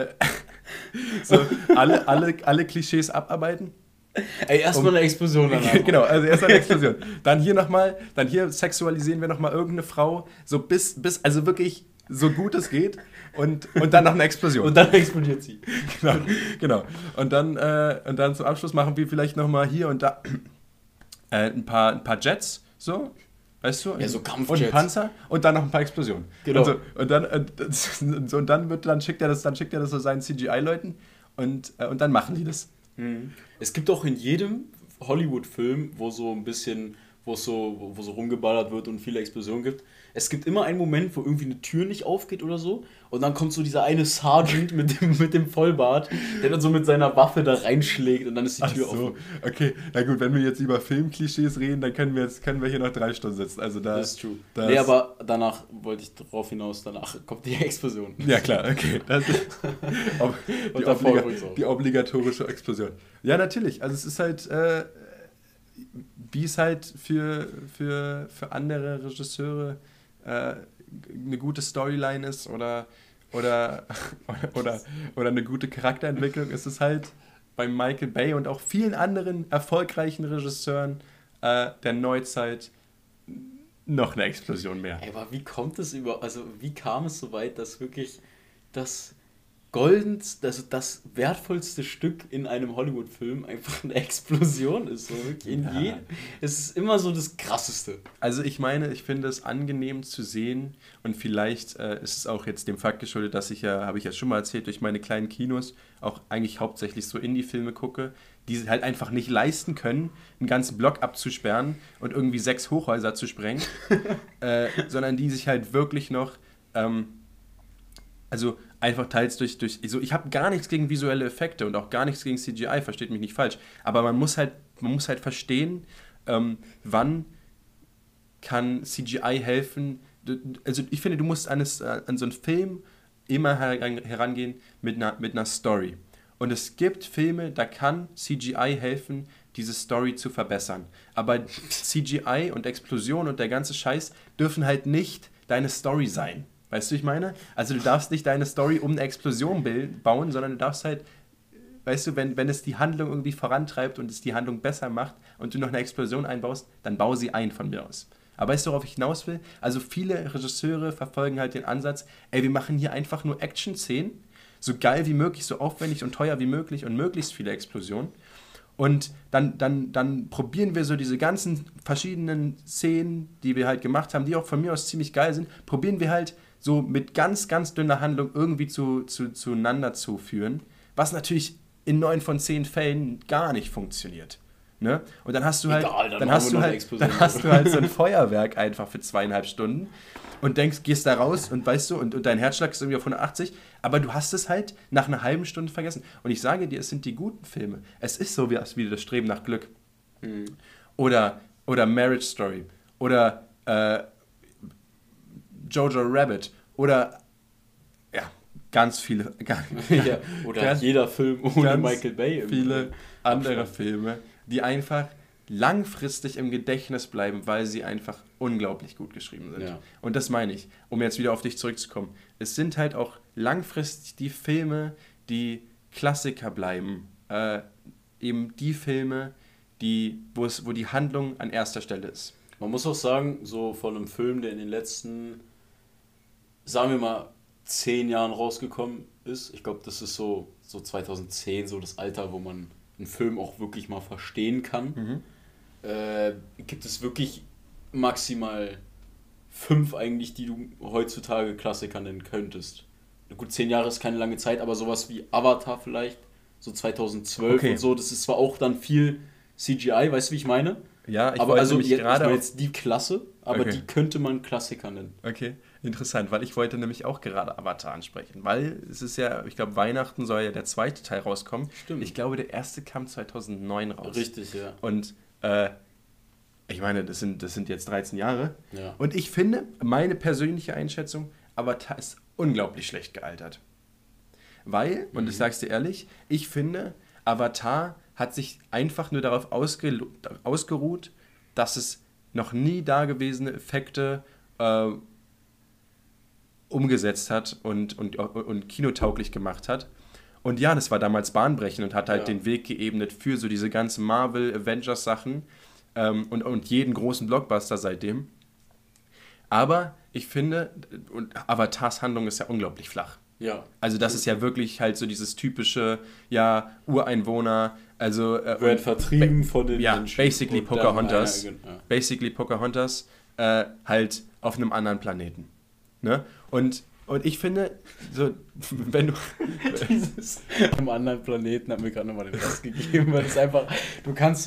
alle Klischees abarbeiten. Ey, erstmal eine Explosion danach. Genau, also erstmal eine Explosion. Dann hier sexualisieren wir nochmal irgendeine Frau, so bis also wirklich so gut es geht und dann noch eine Explosion. Und dann explodiert sie. Genau. Und dann zum Abschluss machen wir vielleicht nochmal hier und da ein paar Jets, so, weißt du? Ja, so Kampfjets. Und ein Panzer und dann noch ein paar Explosionen. Genau. Und dann schickt er das so seinen CGI-Leuten und dann machen die das. Es gibt auch in jedem Hollywood-Film, wo so rumgeballert wird und viele Explosionen gibt, es gibt immer einen Moment, wo irgendwie eine Tür nicht aufgeht oder so und dann kommt so dieser eine Sergeant mit dem Vollbart, der dann so mit seiner Waffe da reinschlägt und dann ist die Tür offen. Okay, na gut, wenn wir jetzt über Filmklischees reden, dann können wir hier noch 3 Stunden sitzen. Also das ist true. Nee, aber danach wollte ich drauf hinaus, danach kommt die Explosion. Ja klar, okay. Das ist die obligatorische Explosion. Ja, natürlich. Also es ist halt, wie es halt für andere Regisseure eine gute Storyline ist oder eine gute Charakterentwicklung, ist es halt bei Michael Bay und auch vielen anderen erfolgreichen Regisseuren der Neuzeit noch eine Explosion mehr. Ey, aber wie kam es so weit, dass wirklich das das wertvollste Stück in einem Hollywood-Film einfach eine Explosion ist. So wirklich es ist immer so das Krasseste. Also ich finde es angenehm zu sehen und vielleicht ist es auch jetzt dem Fakt geschuldet, dass habe ich ja schon mal erzählt, durch meine kleinen Kinos auch eigentlich hauptsächlich so Indie-Filme gucke, die halt einfach nicht leisten können, einen ganzen Block abzusperren und irgendwie 6 Hochhäuser zu sprengen, sondern die sich halt wirklich noch also einfach teils durch also ich habe gar nichts gegen visuelle Effekte und auch gar nichts gegen CGI, versteht mich nicht falsch, aber man muss halt verstehen, wann kann CGI helfen. Also ich finde, du musst an so einen Film immer herangehen mit einer Story. Und es gibt Filme, da kann CGI helfen, diese Story zu verbessern. Aber CGI und Explosion und der ganze Scheiß dürfen halt nicht deine Story sein. Weißt du, ich meine? Also du darfst nicht deine Story um eine Explosion bauen, sondern du darfst halt, weißt du, wenn es die Handlung irgendwie vorantreibt und es die Handlung besser macht und du noch eine Explosion einbaust, dann bau sie ein von mir aus. Aber weißt du, worauf ich hinaus will? Also viele Regisseure verfolgen halt den Ansatz, wir machen hier einfach nur Action-Szenen, so geil wie möglich, so aufwendig und teuer wie möglich und möglichst viele Explosionen. Und dann probieren wir so diese ganzen verschiedenen Szenen, die wir halt gemacht haben, die auch von mir aus ziemlich geil sind, probieren wir halt so mit ganz, ganz dünner Handlung irgendwie zueinander zu führen, was natürlich in 9 von 10 Fällen gar nicht funktioniert. Ne? Und dann hast du halt, dann hast du halt so ein Feuerwerk einfach für 2,5 Stunden und gehst da raus und weißt du, und dein Herzschlag ist irgendwie auf 180, aber du hast es halt nach einer halben Stunde vergessen. Und ich sage dir, es sind die guten Filme. Es ist so wie das Streben nach Glück. Mhm. Oder Marriage Story. Oder Jojo Rabbit. Oder ganz viele. Jeder Film ohne Michael Bay. Viele andere Filme, die einfach langfristig im Gedächtnis bleiben, weil sie einfach unglaublich gut geschrieben sind. Ja. Und das meine ich, um jetzt wieder auf dich zurückzukommen. Es sind halt auch langfristig die Filme, die Klassiker bleiben. Eben die Filme, wo die Handlung an erster Stelle ist. Man muss auch sagen, so von einem Film, der in den letzten, sagen wir mal, 10 Jahren rausgekommen ist, ich glaube, das ist so 2010, so das Alter, wo man einen Film auch wirklich mal verstehen kann, gibt es wirklich maximal 5 eigentlich, die du heutzutage Klassiker nennen könntest. Gut, 10 Jahre ist keine lange Zeit, aber sowas wie Avatar vielleicht, so 2012 und so, das ist zwar auch dann viel CGI, weißt du, wie ich meine? Ja, ich aber wollte also nämlich jetzt, gerade jetzt die Klasse, aber Okay. die könnte man Klassiker nennen. Okay, interessant, weil ich wollte nämlich auch gerade Avatar ansprechen, weil es ist ja, ich glaube, Weihnachten soll ja der zweite Teil rauskommen. Stimmt. Ich glaube, der erste kam 2009 raus. Richtig, ja. Und ich meine, das sind jetzt 13 Jahre. Ja. Und ich finde, meine persönliche Einschätzung, Avatar ist unglaublich schlecht gealtert. Weil, und ich sag's dir ehrlich, ich finde, Avatar hat sich einfach nur darauf ausgeruht, dass es noch nie dagewesene Effekte umgesetzt hat und kinotauglich gemacht hat. Und ja, das war damals bahnbrechend und hat halt Ja. den Weg geebnet für so diese ganzen Marvel-Avengers-Sachen und jeden großen Blockbuster seitdem. Aber ich finde, und Avatars Handlung ist ja unglaublich flach. Ja. Also das ist ja wirklich halt so dieses typische, ja, Ureinwohner, also Wird vertrieben von den ja, Menschen. basically Und dann Pocahontas. ja. Basically Pocahontas halt auf einem anderen Planeten. Ne? Und ich finde, so, wenn du... Dieses am anderen Planeten hat mir gerade nochmal den Rest gegeben, weil es einfach, du kannst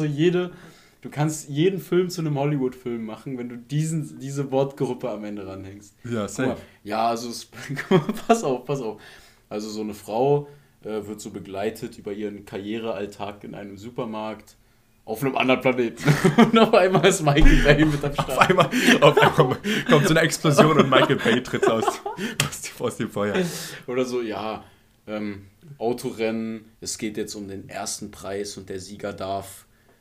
jeden Film zu einem Hollywood-Film machen, wenn du diese Wortgruppe am Ende ranhängst. Ja, Guck mal, ja, also pass auf. Also so eine Frau wird so begleitet über ihren Karrierealltag in einem Supermarkt auf einem anderen Planeten. Und auf einmal ist Michael Bay mit am Start. Auf einmal kommt so eine Explosion und Michael Bay tritt aus dem Feuer. Oder so, ja, Autorennen, es geht jetzt um den ersten Preis und der Sieger darf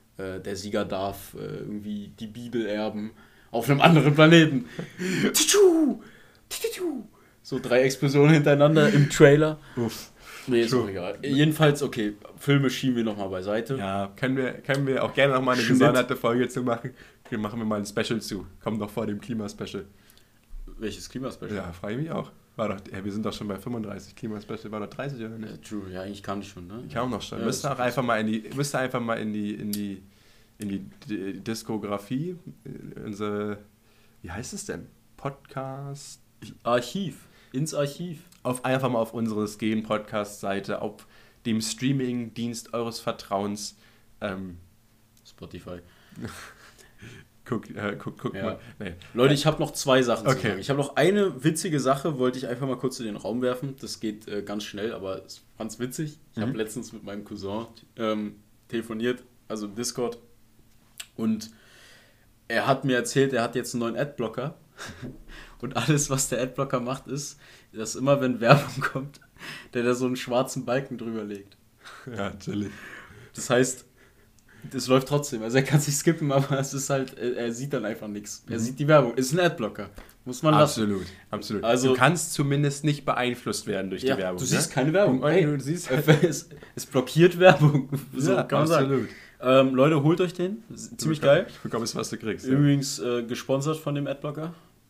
irgendwie die Bibel erben auf einem anderen Planeten. Tschu, tschu. So 3 Explosionen hintereinander im Trailer. Uff. Nee, ist auch egal. Jedenfalls, okay, Filme schieben wir nochmal beiseite. Ja, können wir auch gerne nochmal eine Schnitt. gesonderte Folge zu machen. Hier machen wir mal ein Special zu. Kommt noch vor dem Klimaspecial. Welches Klimaspecial? Ja, frage ich mich auch. Wir sind doch schon bei 35. Klimaspecial war doch 30 oder nicht? True, ja, eigentlich kam die schon, ne? Die kam noch schon. Ja, Müsste das- einfach mal in die Diskografie, wie heißt es denn? Podcast? Ins Archiv. Einfach mal auf unsere Sgen-Podcast-Seite, auf dem Streaming-Dienst eures Vertrauens. Spotify. Guck Ja. mal. Nee. Leute, ich habe noch 2 Sachen zu Okay. sagen. Ich habe noch eine witzige Sache, wollte ich einfach mal kurz in den Raum werfen. Das geht ganz schnell, aber ich fand's witzig. Ich habe letztens mit meinem Cousin telefoniert, also im Discord. Und er hat mir erzählt, er hat jetzt einen neuen Adblocker. Und alles, was der Adblocker macht, ist, dass immer, wenn Werbung kommt, der da so einen schwarzen Balken drüber legt. Ja, chillig. Das heißt, das läuft trotzdem. Also er kann sich skippen, aber es ist halt, er sieht dann einfach nichts. Er sieht die Werbung. Ist ein Adblocker. Muss man lassen. Absolut. Also- du kannst zumindest nicht beeinflusst werden durch die Werbung. Du siehst ne? keine Werbung. Und Ey, du siehst es blockiert Werbung. So ja, kann man sagen. absolut. Leute, holt euch den. Ziemlich geil. Du bekommst, was du kriegst. Ja. Übrigens gesponsert von dem Adblocker.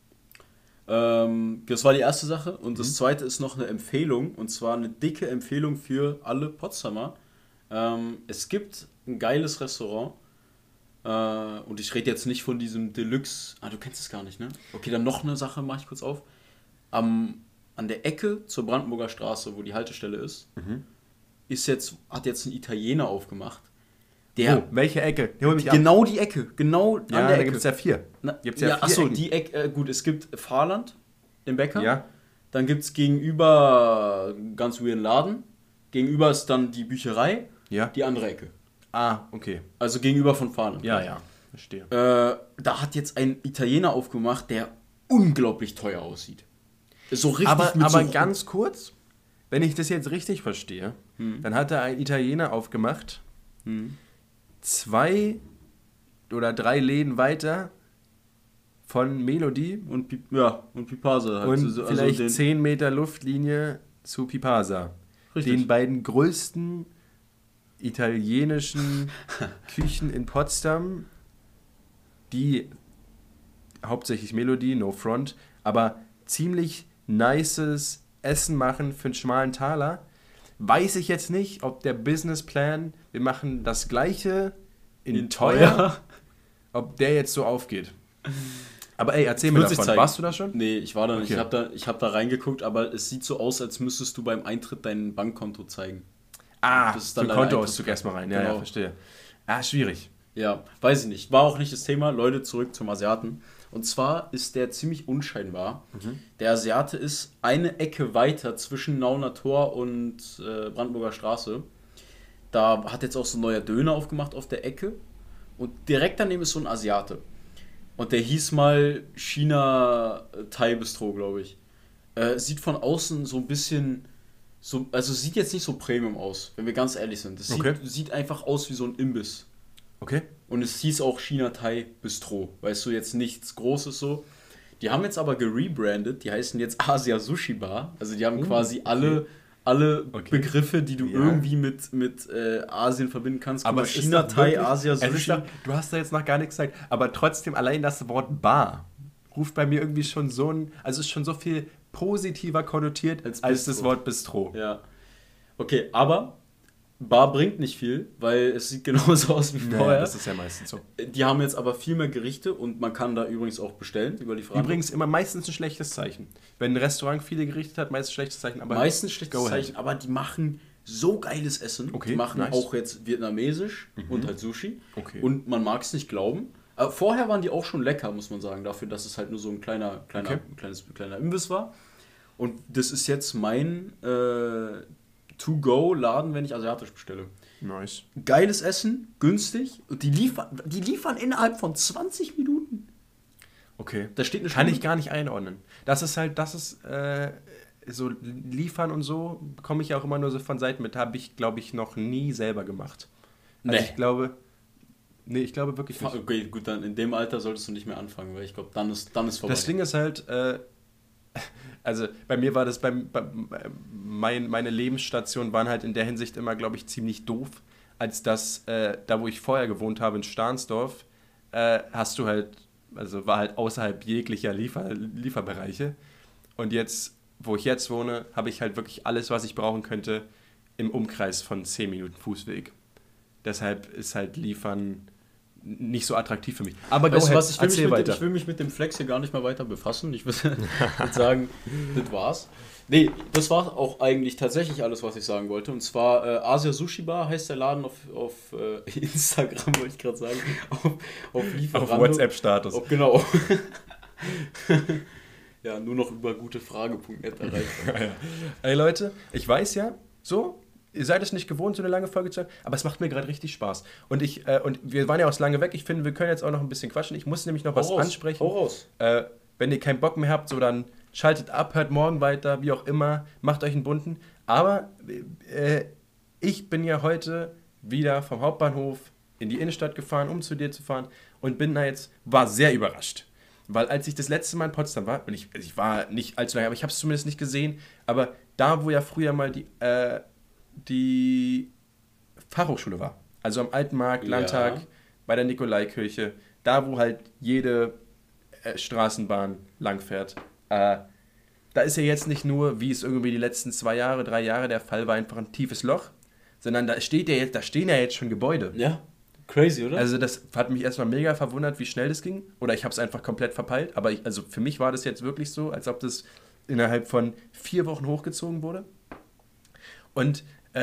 Das war die erste Sache. Und das zweite ist noch eine Empfehlung. Und zwar eine dicke Empfehlung für alle Potsdamer. Es gibt ein geiles Restaurant. Und ich rede jetzt nicht von diesem Deluxe. Du kennst es gar nicht, ne? Okay, dann noch eine Sache, mache ich kurz auf. An der Ecke zur Brandenburger Straße, wo die Haltestelle ist, hat jetzt ein Italiener aufgemacht. Der welche Ecke? Hol mich ab. genau die Ecke, genau an Ja, der da Ecke. gibt es ja 4. Gibt's ja 4 achso, Ecken. die Ecke, gut, es gibt Fahrland, den Bäcker. Ja. Dann gibt es gegenüber einen ganz weirden Laden. Gegenüber ist dann die Bücherei, Ja. die andere Ecke. Okay. Also gegenüber von Fahrland. Ja. Verstehe. Da hat jetzt ein Italiener aufgemacht, der unglaublich teuer aussieht. So richtig Aber so ganz kurz, wenn ich das jetzt richtig verstehe, dann hat da ein Italiener aufgemacht, 2 oder 3 Läden weiter von Melodie und Pipasa halt. und Also vielleicht den- 10 Meter Luftlinie zu Pipasa. Richtig. Den beiden größten italienischen Küchen in Potsdam, die hauptsächlich Melodie, no front, aber ziemlich nices Essen machen für einen schmalen Taler. Weiß ich jetzt nicht, ob der Businessplan, wir machen das Gleiche in teuer, ob der jetzt so aufgeht. Aber ey, erzähl mir Wird sich davon. zeigen. Warst du da schon? Nee, ich war da nicht. Okay. Ich hab da reingeguckt, aber es sieht so aus, als müsstest du beim Eintritt dein Bankkonto zeigen. Ah, Das ist so dann ein deine Kontoauszug erstmal rein. Ja, Genau. verstehe. Ah, schwierig. Ja, weiß ich nicht. War auch nicht das Thema. Leute, zurück zum Asiaten. Und zwar ist der ziemlich unscheinbar. Der Asiate ist eine Ecke weiter zwischen Nauner Tor und Brandenburger Straße. Da hat jetzt auch so ein neuer Döner aufgemacht auf der Ecke. Und direkt daneben ist so ein Asiate. Und der hieß mal China Thai Bistro, glaube ich. Sieht von außen so ein bisschen, so, also sieht jetzt nicht so Premium aus, wenn wir ganz ehrlich sind. Es Okay. sieht einfach aus wie so ein Imbiss. Okay. Und es hieß auch China Thai Bistro. Weißt du, jetzt nichts Großes so. Die haben jetzt aber gerebrandet, die heißen jetzt Asia Sushi Bar. Also die haben quasi alle Okay. Begriffe, die du Ja. irgendwie mit Asien verbinden kannst. Guck Aber mal, es China, ist doch Thai, wirklich, Asia, es ist Sushi. doch, du hast da jetzt noch gar nichts gesagt, aber trotzdem allein das Wort Bar ruft bei mir irgendwie schon so ein, also ist schon so viel positiver konnotiert Als als das Bistro. Wort Bistro. Ja. Okay, aber Bar bringt nicht viel, weil es sieht genauso aus wie Naja, vorher. das ist ja meistens so. Die haben jetzt aber viel mehr Gerichte und man kann da übrigens auch bestellen über Lieferanten. Übrigens immer meistens ein schlechtes Zeichen. Wenn ein Restaurant viele Gerichte hat, meistens ein schlechtes Zeichen. Aber Meistens schlechtes go ahead. Zeichen, aber die machen so geiles Essen. Okay, Die machen nice. auch jetzt vietnamesisch und halt Sushi. Okay. Und man mag es nicht glauben. Aber vorher waren die auch schon lecker, muss man sagen, dafür, dass es halt nur so ein kleiner Imbiss war. Und das ist jetzt mein To-Go-Laden, wenn ich asiatisch bestelle. Nice. Geiles Essen, günstig. Und die liefern innerhalb von 20 Minuten. Okay. Da steht eine Kann Stunde. ich gar nicht einordnen. Das ist so Liefern und so bekomme ich auch immer nur so von Seiten mit. Habe ich, glaube ich, noch nie selber gemacht. Also Nee. ich glaube wirklich nicht. Okay, gut, dann in dem Alter solltest du nicht mehr anfangen, weil ich glaube, dann ist vorbei. Das Ding ist halt, also bei mir war das, meine Lebensstationen waren halt in der Hinsicht immer, glaube ich, ziemlich doof, als dass, da wo ich vorher gewohnt habe in Stahnsdorf, hast du halt, also war halt außerhalb jeglicher Lieferbereiche. Und jetzt, wo ich jetzt wohne, habe ich halt wirklich alles, was ich brauchen könnte, im Umkreis von 10 Minuten Fußweg. Deshalb ist halt Liefern nicht so attraktiv für mich. Aber Weißt du ahead, was, erzähl ich will mich mit dem Flex hier gar nicht mehr weiter befassen. Ich würde sagen, das war's. Nee, das war auch eigentlich tatsächlich alles, was ich sagen wollte. Und zwar Asia Sushi Bar heißt der Laden auf Instagram, wollte ich gerade sagen. Auf Lieferando. Auf WhatsApp-Status. Genau. Ja, nur noch über gutefrage.net erreicht. Ey Leute, ich weiß ja, so, ihr seid es nicht gewohnt, so eine lange Folge zu hören, aber es macht mir gerade richtig Spaß. Und wir waren ja auch so lange weg, ich finde, wir können jetzt auch noch ein bisschen quatschen. Ich muss nämlich noch was ansprechen. Hau raus. Wenn ihr keinen Bock mehr habt, so dann schaltet ab, hört morgen weiter, wie auch immer, macht euch einen bunten. Aber ich bin ja heute wieder vom Hauptbahnhof in die Innenstadt gefahren, um zu dir zu fahren und war sehr überrascht. Weil als ich das letzte Mal in Potsdam war, und ich war nicht allzu lange, aber ich habe es zumindest nicht gesehen, aber da, wo ja früher mal die Fachhochschule war, also am Alten Markt, Landtag, Ja. bei der Nikolaikirche, da, wo halt jede Straßenbahn langfährt, da ist ja jetzt nicht nur, wie es irgendwie die letzten 2 Jahre, 3 Jahre der Fall war, einfach ein tiefes Loch, sondern da stehen ja jetzt schon Gebäude. Ja, crazy, oder? Also das hat mich erstmal mega verwundert, wie schnell das ging. Oder ich habe es einfach komplett verpeilt. Aber also für mich war das jetzt wirklich so, als ob das innerhalb von 4 Wochen hochgezogen wurde. Und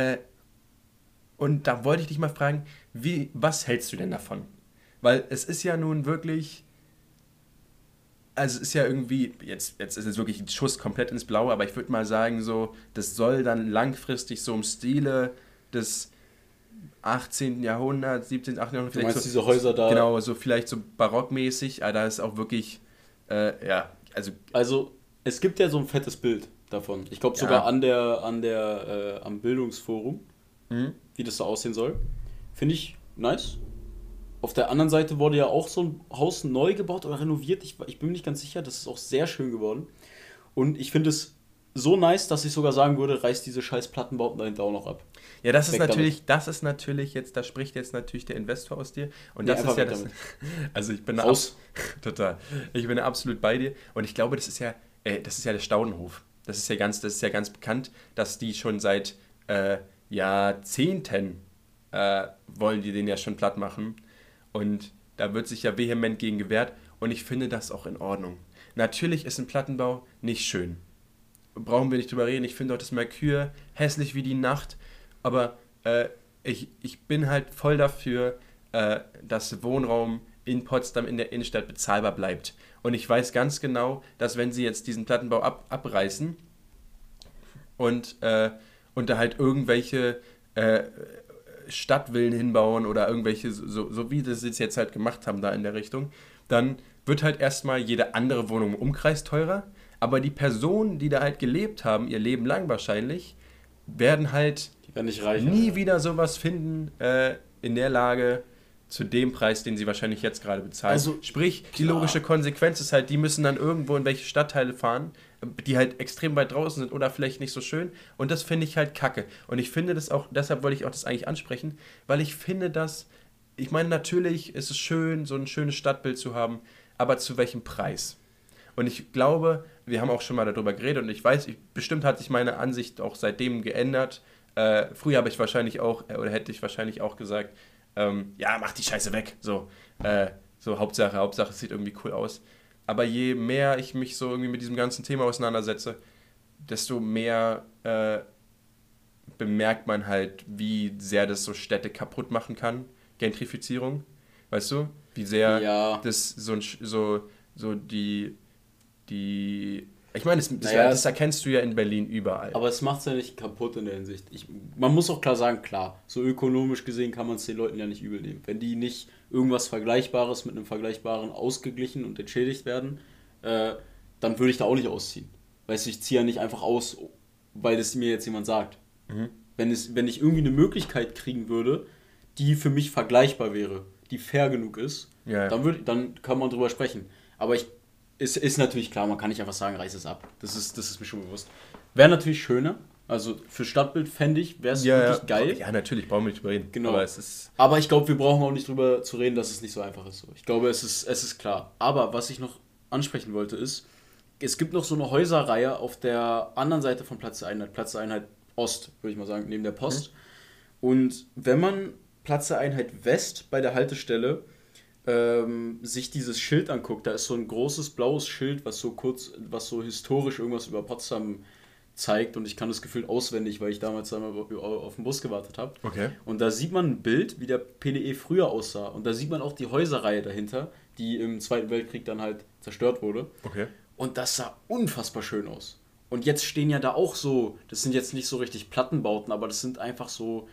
da wollte ich dich mal fragen, was hältst du denn davon? Weil es ist ja nun wirklich, also es ist ja irgendwie, jetzt ist es wirklich ein Schuss komplett ins Blaue, aber ich würde mal sagen so, das soll dann langfristig so im Stile des 18. Jahrhundert, 17., 18. Jahrhundert. Du meinst so, diese Häuser da? Genau, so vielleicht so barockmäßig, aber da ist auch wirklich, Also, es gibt ja so ein fettes Bild davon. Ich glaube Ja. sogar am Bildungsforum, wie das so aussehen soll. Finde ich nice. Auf der anderen Seite wurde ja auch so ein Haus neu gebaut oder renoviert. Ich bin mir nicht ganz sicher. Das ist auch sehr schön geworden. Und ich finde es so nice, dass ich sogar sagen würde, reiß diese scheiß Plattenbauten dahinter auch noch ab. Ja, das ist Weg natürlich jetzt, da spricht jetzt natürlich der Investor aus dir. Und Nee, das ist einfach ja weg das. damit. Also ich bin Raus. total. Ich bin absolut bei dir. Und ich glaube, das ist ja der Staudenhof. Das ist ja ganz bekannt, dass die schon seit Jahrzehnten wollen die den ja schon platt machen. Und da wird sich ja vehement gegen gewehrt. Und ich finde das auch in Ordnung. Natürlich ist ein Plattenbau nicht schön. Brauchen wir nicht drüber reden. Ich finde auch das Merkur hässlich wie die Nacht. Aber ich bin halt voll dafür, dass Wohnraum in Potsdam in der Innenstadt bezahlbar bleibt. Und ich weiß ganz genau, dass wenn sie jetzt diesen Plattenbau abreißen und da halt irgendwelche Stadtvillen hinbauen oder irgendwelche, so wie das jetzt halt gemacht haben da in der Richtung, dann wird halt erstmal jede andere Wohnung im Umkreis teurer, aber die Personen, die da halt gelebt haben, ihr Leben lang wahrscheinlich, werden halt nicht reicher, nie wieder sowas finden in der Lage zu dem Preis, den sie wahrscheinlich jetzt gerade bezahlen. Also, sprich, die logische Konsequenz ist halt, die müssen dann irgendwo in welche Stadtteile fahren, die halt extrem weit draußen sind oder vielleicht nicht so schön. Und das finde ich halt kacke. Und ich finde das auch, deshalb wollte ich auch das eigentlich ansprechen, weil ich finde, ich meine, natürlich ist es schön, so ein schönes Stadtbild zu haben, aber zu welchem Preis? Und ich glaube, wir haben auch schon mal darüber geredet und ich weiß, bestimmt hat sich meine Ansicht auch seitdem geändert. Früher habe ich wahrscheinlich auch, oder hätte ich wahrscheinlich auch gesagt, ja, mach die Scheiße weg. So Hauptsache, es sieht irgendwie cool aus. Aber je mehr ich mich so irgendwie mit diesem ganzen Thema auseinandersetze, desto mehr bemerkt man halt, wie sehr das so Städte kaputt machen kann. Gentrifizierung, weißt du? Wie sehr das so die ich meine, das erkennst du ja in Berlin überall. Aber es macht es ja nicht kaputt in der Hinsicht. Man muss auch klar sagen, so ökonomisch gesehen kann man es den Leuten ja nicht übel nehmen. Wenn die nicht irgendwas Vergleichbares mit einem Vergleichbaren ausgeglichen und entschädigt werden, dann würde ich da auch nicht ausziehen. Weißt du, ich ziehe ja nicht einfach aus, weil das mir jetzt jemand sagt. Mhm. Wenn ich irgendwie eine Möglichkeit kriegen würde, die für mich vergleichbar wäre, die fair genug ist, dann kann man drüber sprechen. Aber es ist natürlich klar, man kann nicht einfach sagen, reiß es ab. Das ist mir schon bewusst. Wäre natürlich schöner. Also für Stadtbild fände ich, wäre es wirklich geil. Ja, natürlich, brauchen wir nicht drüber reden. Genau. Aber ich glaube, wir brauchen auch nicht drüber zu reden, dass es nicht so einfach ist. Ich glaube, es ist klar. Aber was ich noch ansprechen wollte ist, es gibt noch so eine Häuserreihe auf der anderen Seite von Platz der Einheit Ost, würde ich mal sagen, neben der Post. Und wenn man Platz der Einheit West bei der Haltestelle sich dieses Schild anguckt, da ist so ein großes blaues Schild, was so historisch irgendwas über Potsdam zeigt und ich kann das Gefühl auswendig, weil ich damals einmal auf den Bus gewartet habe. Okay. Und da sieht man ein Bild, wie der PDE früher aussah und da sieht man auch die Häuserreihe dahinter, die im Zweiten Weltkrieg dann halt zerstört wurde. Okay. Und das sah unfassbar schön aus. Und jetzt stehen ja da auch so, das sind jetzt nicht so richtig Plattenbauten, aber das sind einfach so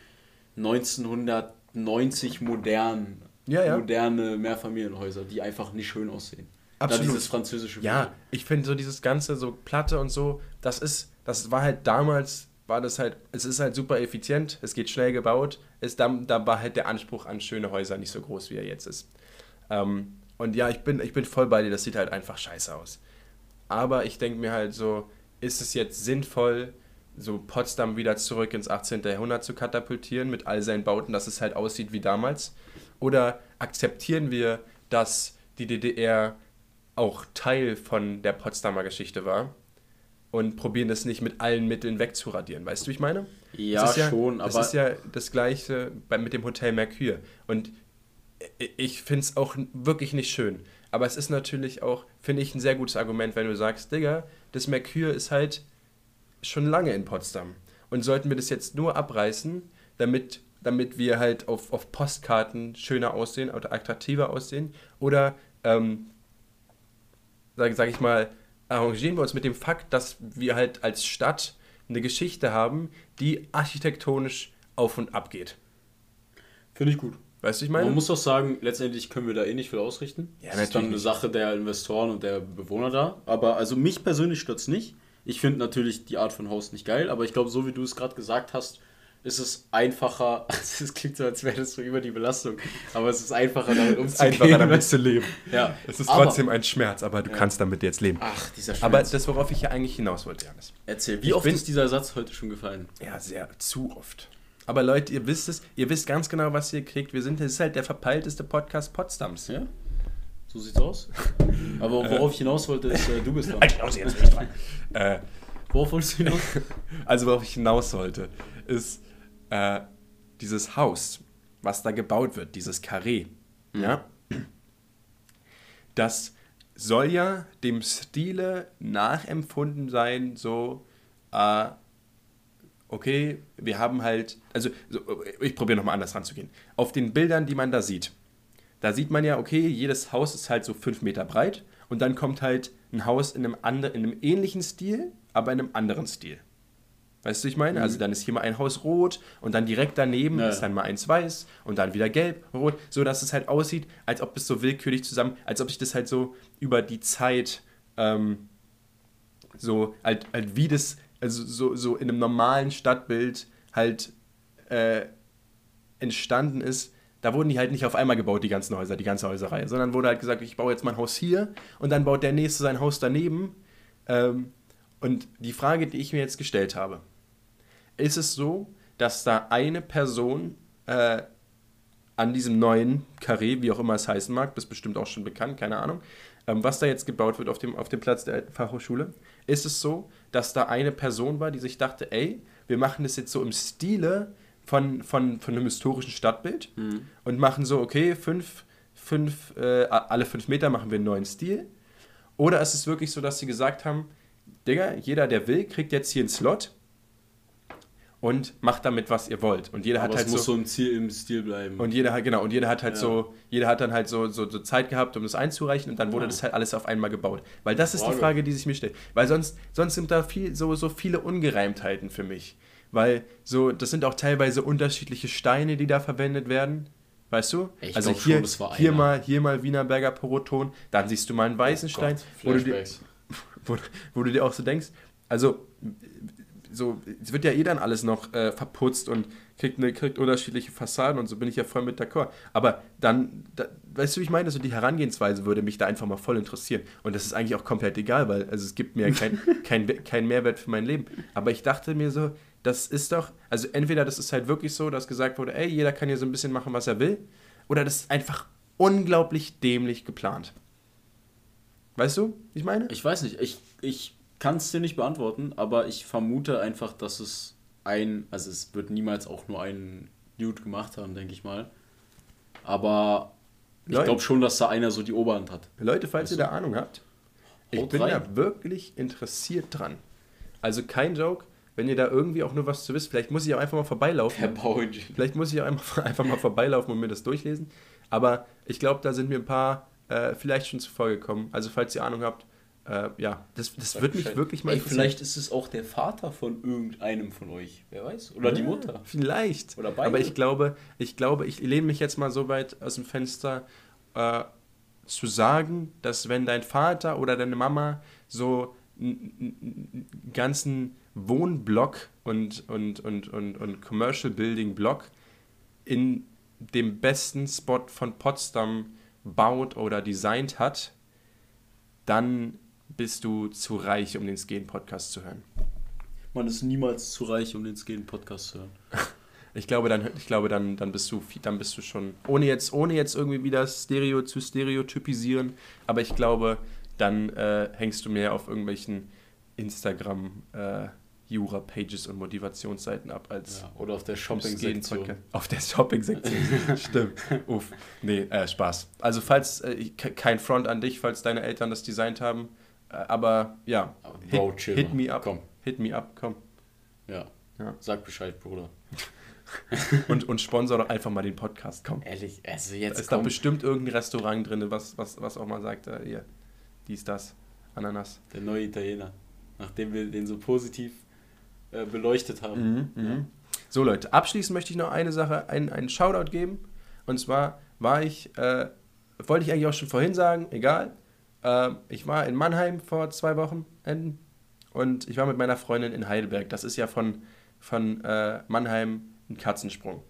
1990 moderne Mehrfamilienhäuser, die einfach nicht schön aussehen. Absolut. Da dieses französische Ja, Bild. ich finde so dieses ganze so Platte und so, das war halt damals, es ist halt super effizient, es geht schnell gebaut, da war halt der Anspruch an schöne Häuser nicht so groß, wie er jetzt ist. Und ja, ich bin voll bei dir, das sieht halt einfach scheiße aus. Aber ich denke mir halt so, ist es jetzt sinnvoll, so Potsdam wieder zurück ins 18. Jahrhundert zu katapultieren mit all seinen Bauten, dass es halt aussieht wie damals? Oder akzeptieren wir, dass die DDR auch Teil von der Potsdamer Geschichte war und probieren das nicht mit allen Mitteln wegzuradieren? Weißt du, wie ich meine? Ja, schon, aber... Das ist ja das Gleiche mit dem Hotel Mercure. Und ich finde es auch wirklich nicht schön. Aber es ist natürlich auch, finde ich, ein sehr gutes Argument, wenn du sagst, Digga, das Mercure ist halt schon lange in Potsdam. Und sollten wir das jetzt nur abreißen, damit wir halt auf Postkarten schöner aussehen oder attraktiver aussehen? Oder, sag ich mal, arrangieren wir uns mit dem Fakt, dass wir halt als Stadt eine Geschichte haben, die architektonisch auf und ab geht? Finde ich gut. Weißt du, ich meine? Man muss doch sagen, letztendlich können wir da eh nicht viel ausrichten. Ja, das ist dann eine Sache der Investoren und der Bewohner da. Aber also mich persönlich stört es nicht. Ich finde natürlich die Art von Haus nicht geil, aber ich glaube, so wie du es gerade gesagt hast, ist es einfacher, also es klingt so, als wäre das so über die Belastung, aber es ist einfacher, damit umzugehen. Einfacher, damit zu leben. Ja. Es ist trotzdem ein Schmerz, aber du kannst damit jetzt leben. Ach, dieser Schmerz. Aber das, worauf ich ja eigentlich hinaus wollte, Janis. Erzähl, wie oft ist dieser Satz heute schon gefallen? Ja, zu oft. Aber Leute, ihr wisst ganz genau, was ihr kriegt. Das ist halt der verpeilteste Podcast Potsdams. Ja, so sieht's aus. Aber worauf ich hinaus wollte, ist, du bist dran. Jetzt bin ich dran. Worauf wolltest du hinaus? Also worauf ich hinaus wollte, ist dieses Haus, was da gebaut wird, dieses Karree. Ja? Das soll ja dem Stile nachempfunden sein, so okay, wir haben halt, also ich probiere nochmal anders ranzugehen. Auf den Bildern, die man da sieht man ja, okay, jedes Haus ist halt so 5 Meter breit und dann kommt halt ein Haus in einem ähnlichen Stil, aber in einem anderen Stil. Weißt du, ich meine? Also dann ist hier mal ein Haus rot und dann direkt daneben ist dann mal eins weiß und dann wieder gelb, rot, so dass es halt aussieht, als ob es so willkürlich zusammen, als ob sich das halt so über die Zeit so halt wie das, also so in einem normalen Stadtbild halt entstanden ist. Da wurden die halt nicht auf einmal gebaut, die ganzen Häuser, die ganze Häuserreihe, sondern wurde halt gesagt, ich baue jetzt mal ein Haus hier und dann baut der Nächste sein Haus daneben. Und die Frage, die ich mir jetzt gestellt habe, ist es so, dass da eine Person an diesem neuen Carré, wie auch immer es heißen mag, das ist bestimmt auch schon bekannt, keine Ahnung, was da jetzt gebaut wird auf dem Platz der alten Fachhochschule, ist es so, dass da eine Person war, die sich dachte, ey, wir machen das jetzt so im Stile von einem historischen Stadtbild und machen so, okay, alle 5 Meter machen wir einen neuen Stil. Oder ist es wirklich so, dass sie gesagt haben, Digga, jeder, der will, kriegt jetzt hier einen Slot und macht damit, was ihr wollt. Und jeder aber hat halt es muss so im Stil bleiben. Und jeder hat halt jeder hat dann halt so Zeit gehabt, um das einzureichen und dann wurde das halt alles auf einmal gebaut. Weil das ist die Frage, die sich mir stellt. Weil sonst sind da so viele Ungereimtheiten für mich. Weil das sind auch teilweise unterschiedliche Steine, die da verwendet werden. Weißt du? Ich also hier, schon, das war hier mal Wienerberger Poroton, dann siehst du mal einen weißen Stein, wo du dir auch so denkst, also so, es wird ja dann alles noch verputzt und kriegt unterschiedliche Fassaden und so bin ich ja voll mit d'accord. Aber dann, weißt du, wie ich meine? So die Herangehensweise würde mich da einfach mal voll interessieren. Und das ist eigentlich auch komplett egal, weil es gibt mir keinen Mehrwert für mein Leben. Aber ich dachte mir so, das ist doch, also entweder das ist halt wirklich so, dass gesagt wurde, ey, jeder kann hier so ein bisschen machen, was er will, oder das ist einfach unglaublich dämlich geplant. Weißt du, wie ich meine? Ich weiß nicht, ich kann es dir nicht beantworten, aber ich vermute einfach, dass also es wird niemals auch nur ein Dude gemacht haben, denke ich mal. Aber ich glaube schon, dass da einer so die Oberhand hat. Leute, falls ihr da Ahnung habt, ich bin da wirklich interessiert dran. Also kein Joke, wenn ihr da irgendwie auch nur was zu wisst, vielleicht muss ich auch einfach mal vorbeilaufen. Vielleicht muss ich auch einfach mal vorbeilaufen und mir das durchlesen. Aber ich glaube, da sind mir ein paar vielleicht schon zuvor gekommen. Also falls ihr Ahnung habt, das würde mich wirklich mal interessieren. Vielleicht ist es auch der Vater von irgendeinem von euch, wer weiß? Oder die Mutter. Vielleicht. Oder beide. Aber ich glaube, ich lehne mich jetzt mal so weit aus dem Fenster, zu sagen, dass wenn dein Vater oder deine Mama so einen ganzen Wohnblock und Commercial Building Block in dem besten Spot von Potsdam baut oder designt hat, dann bist du zu reich, um den Skene-Podcast zu hören. Man ist niemals zu reich, um den Skene-Podcast zu hören. Ich glaube, dann bist du schon, ohne jetzt irgendwie wieder zu stereotypisieren, aber ich glaube, dann hängst du mehr auf irgendwelchen Instagram Jura-Pages und Motivationsseiten ab als oder auf der Shopping-Sektion. Auf der Shopping-Sektion, stimmt. Uff, nee, Spaß. Also falls, kein Front an dich, falls deine Eltern das designt haben, aber ja, hit me up, komm. Ja, sag Bescheid, Bruder. und sponsor doch einfach mal den Podcast, komm. Ehrlich, also jetzt da ist doch bestimmt irgendein Restaurant drin, was auch mal sagt, hier, dies, das, Ananas. Der neue Italiener, nachdem wir den so positiv beleuchtet haben. Ja. So Leute, abschließend möchte ich noch eine Sache, einen Shoutout geben. Und zwar wollte ich eigentlich auch schon vorhin sagen, egal, ich war in Mannheim vor 2 Wochenenden und ich war mit meiner Freundin in Heidelberg. Das ist ja von Mannheim ein Katzensprung.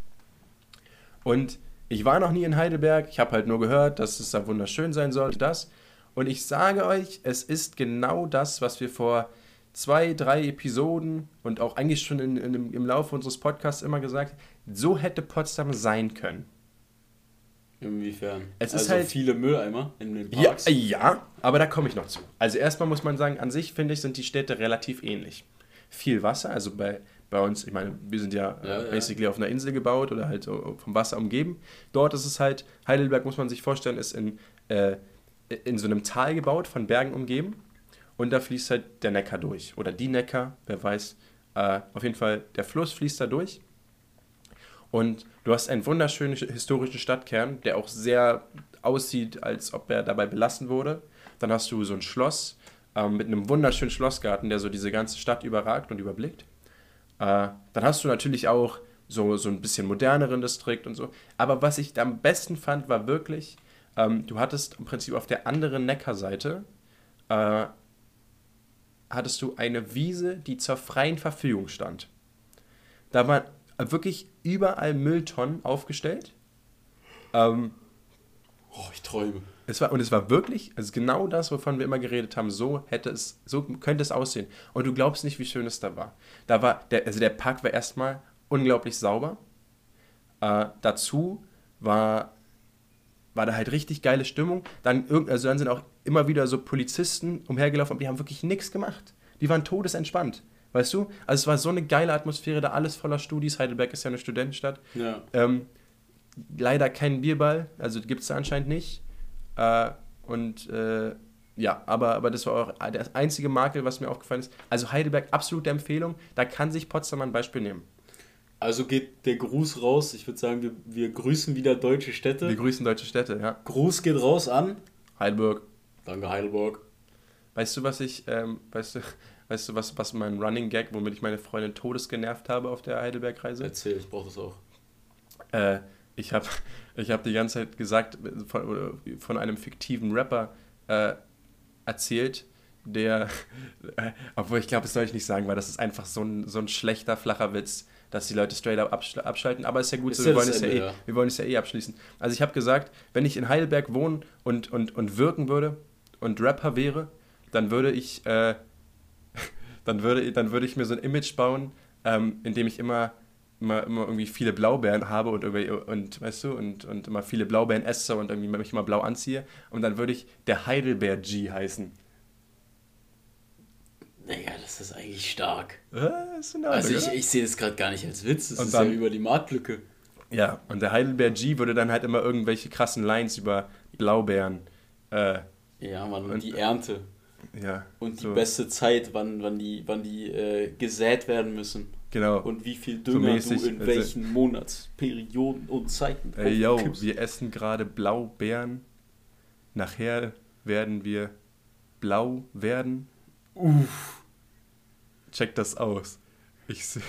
Und ich war noch nie in Heidelberg, ich habe halt nur gehört, dass es da wunderschön sein soll, Und ich sage euch, es ist genau das, was wir vor 2, 3 Episoden und auch eigentlich schon im Laufe unseres Podcasts immer gesagt, so hätte Potsdam sein können. Inwiefern? Es ist halt viele Mülleimer in den Parks. Ja, aber da komme ich noch zu. Also erstmal muss man sagen, an sich finde ich, sind die Städte relativ ähnlich. Viel Wasser, also bei uns, ich meine, wir sind ja basically auf einer Insel gebaut oder halt vom Wasser umgeben. Dort ist es halt, Heidelberg muss man sich vorstellen, ist in so einem Tal gebaut, von Bergen umgeben. Und da fließt halt der Neckar durch. Oder die Neckar, wer weiß. Auf jeden Fall, der Fluss fließt da durch. Und du hast einen wunderschönen historischen Stadtkern, der auch sehr aussieht, als ob er dabei belassen wurde. Dann hast du so ein Schloss mit einem wunderschönen Schlossgarten, der so diese ganze Stadt überragt und überblickt. Dann hast du natürlich auch so ein bisschen moderneren Distrikt und so. Aber was ich am besten fand, war wirklich, du hattest im Prinzip auf der anderen Neckarseite hattest du eine Wiese, die zur freien Verfügung stand. Da waren wirklich überall Mülltonnen aufgestellt. Ich träume. Es war wirklich, also genau das, wovon wir immer geredet haben, so könnte es aussehen. Und du glaubst nicht, wie schön es da war. Der Park war erstmal unglaublich sauber. Dazu war da halt richtig geile Stimmung. Dann sind auch immer wieder so Polizisten umhergelaufen, aber die haben wirklich nichts gemacht. Die waren todesentspannt. Weißt du? Also es war so eine geile Atmosphäre, da alles voller Studis. Heidelberg ist ja eine Studentenstadt. Ja. Leider kein Bierball, also gibt es da anscheinend nicht. Ja, aber das war auch das einzige Makel, was mir aufgefallen ist. Also Heidelberg, absolute Empfehlung. Da kann sich Potsdam ein Beispiel nehmen. Also geht der Gruß raus. Ich würde sagen, wir grüßen wieder deutsche Städte. Wir grüßen deutsche Städte, ja. Gruß geht raus an Heidelberg. Danke, Heidelberg. Weißt du, was mein Running Gag, womit ich meine Freundin todesgenervt habe auf der Heidelberg-Reise? Erzähl, ich brauche das auch. Ich hab die ganze Zeit gesagt, von einem fiktiven Rapper erzählt, der, obwohl ich glaube, das soll ich nicht sagen, weil das ist einfach so ein schlechter, flacher Witz, dass die Leute straight up abschalten, aber ist ja gut so, wir wollen es ja eh abschließen. Also ich habe gesagt, wenn ich in Heidelberg wohnen und wirken würde und Rapper wäre, dann würde ich mir so ein Image bauen, in dem ich immer irgendwie viele Blaubeeren habe und weißt du, und immer viele Blaubeeren esse und irgendwie mich immer blau anziehe. Und dann würde ich der Heidelbeer-G heißen. Naja, das ist eigentlich stark. Ist in Ordnung, also oder? ich sehe das gerade gar nicht als Witz, das Und ist dann, ja über die Marktlücke. Ja, und der Heidelbeer-G würde dann halt immer irgendwelche krassen Lines über Blaubeeren. Ja, Mann, und die Ernte. Ja. Und die beste Zeit, wann die gesät werden müssen. Genau. Und wie viel Dünger so mäßig, du in welchen Monatsperioden und Zeiten yo, wir essen gerade Blaubeeren. Nachher werden wir blau werden. Check das aus. Tschüss.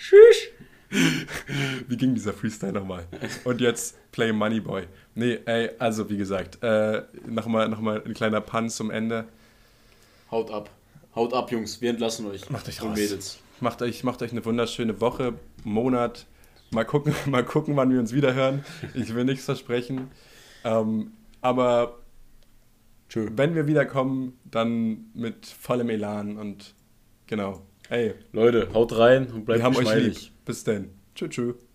Wie ging dieser Freestyle nochmal? Und jetzt Play Money Boy. Nee, also wie gesagt, nochmal ein kleiner Pun zum Ende. Haut ab, Jungs, wir entlassen euch. Macht euch raus. Mädels. Macht euch eine wunderschöne Woche, Monat. Mal gucken, wann wir uns wieder hören. Ich will nichts versprechen. Aber wenn wir wiederkommen, dann mit vollem Elan und genau. Leute, haut rein und bleibt wir haben geschmeidig. euch lieb. Bis dann. Tschüss.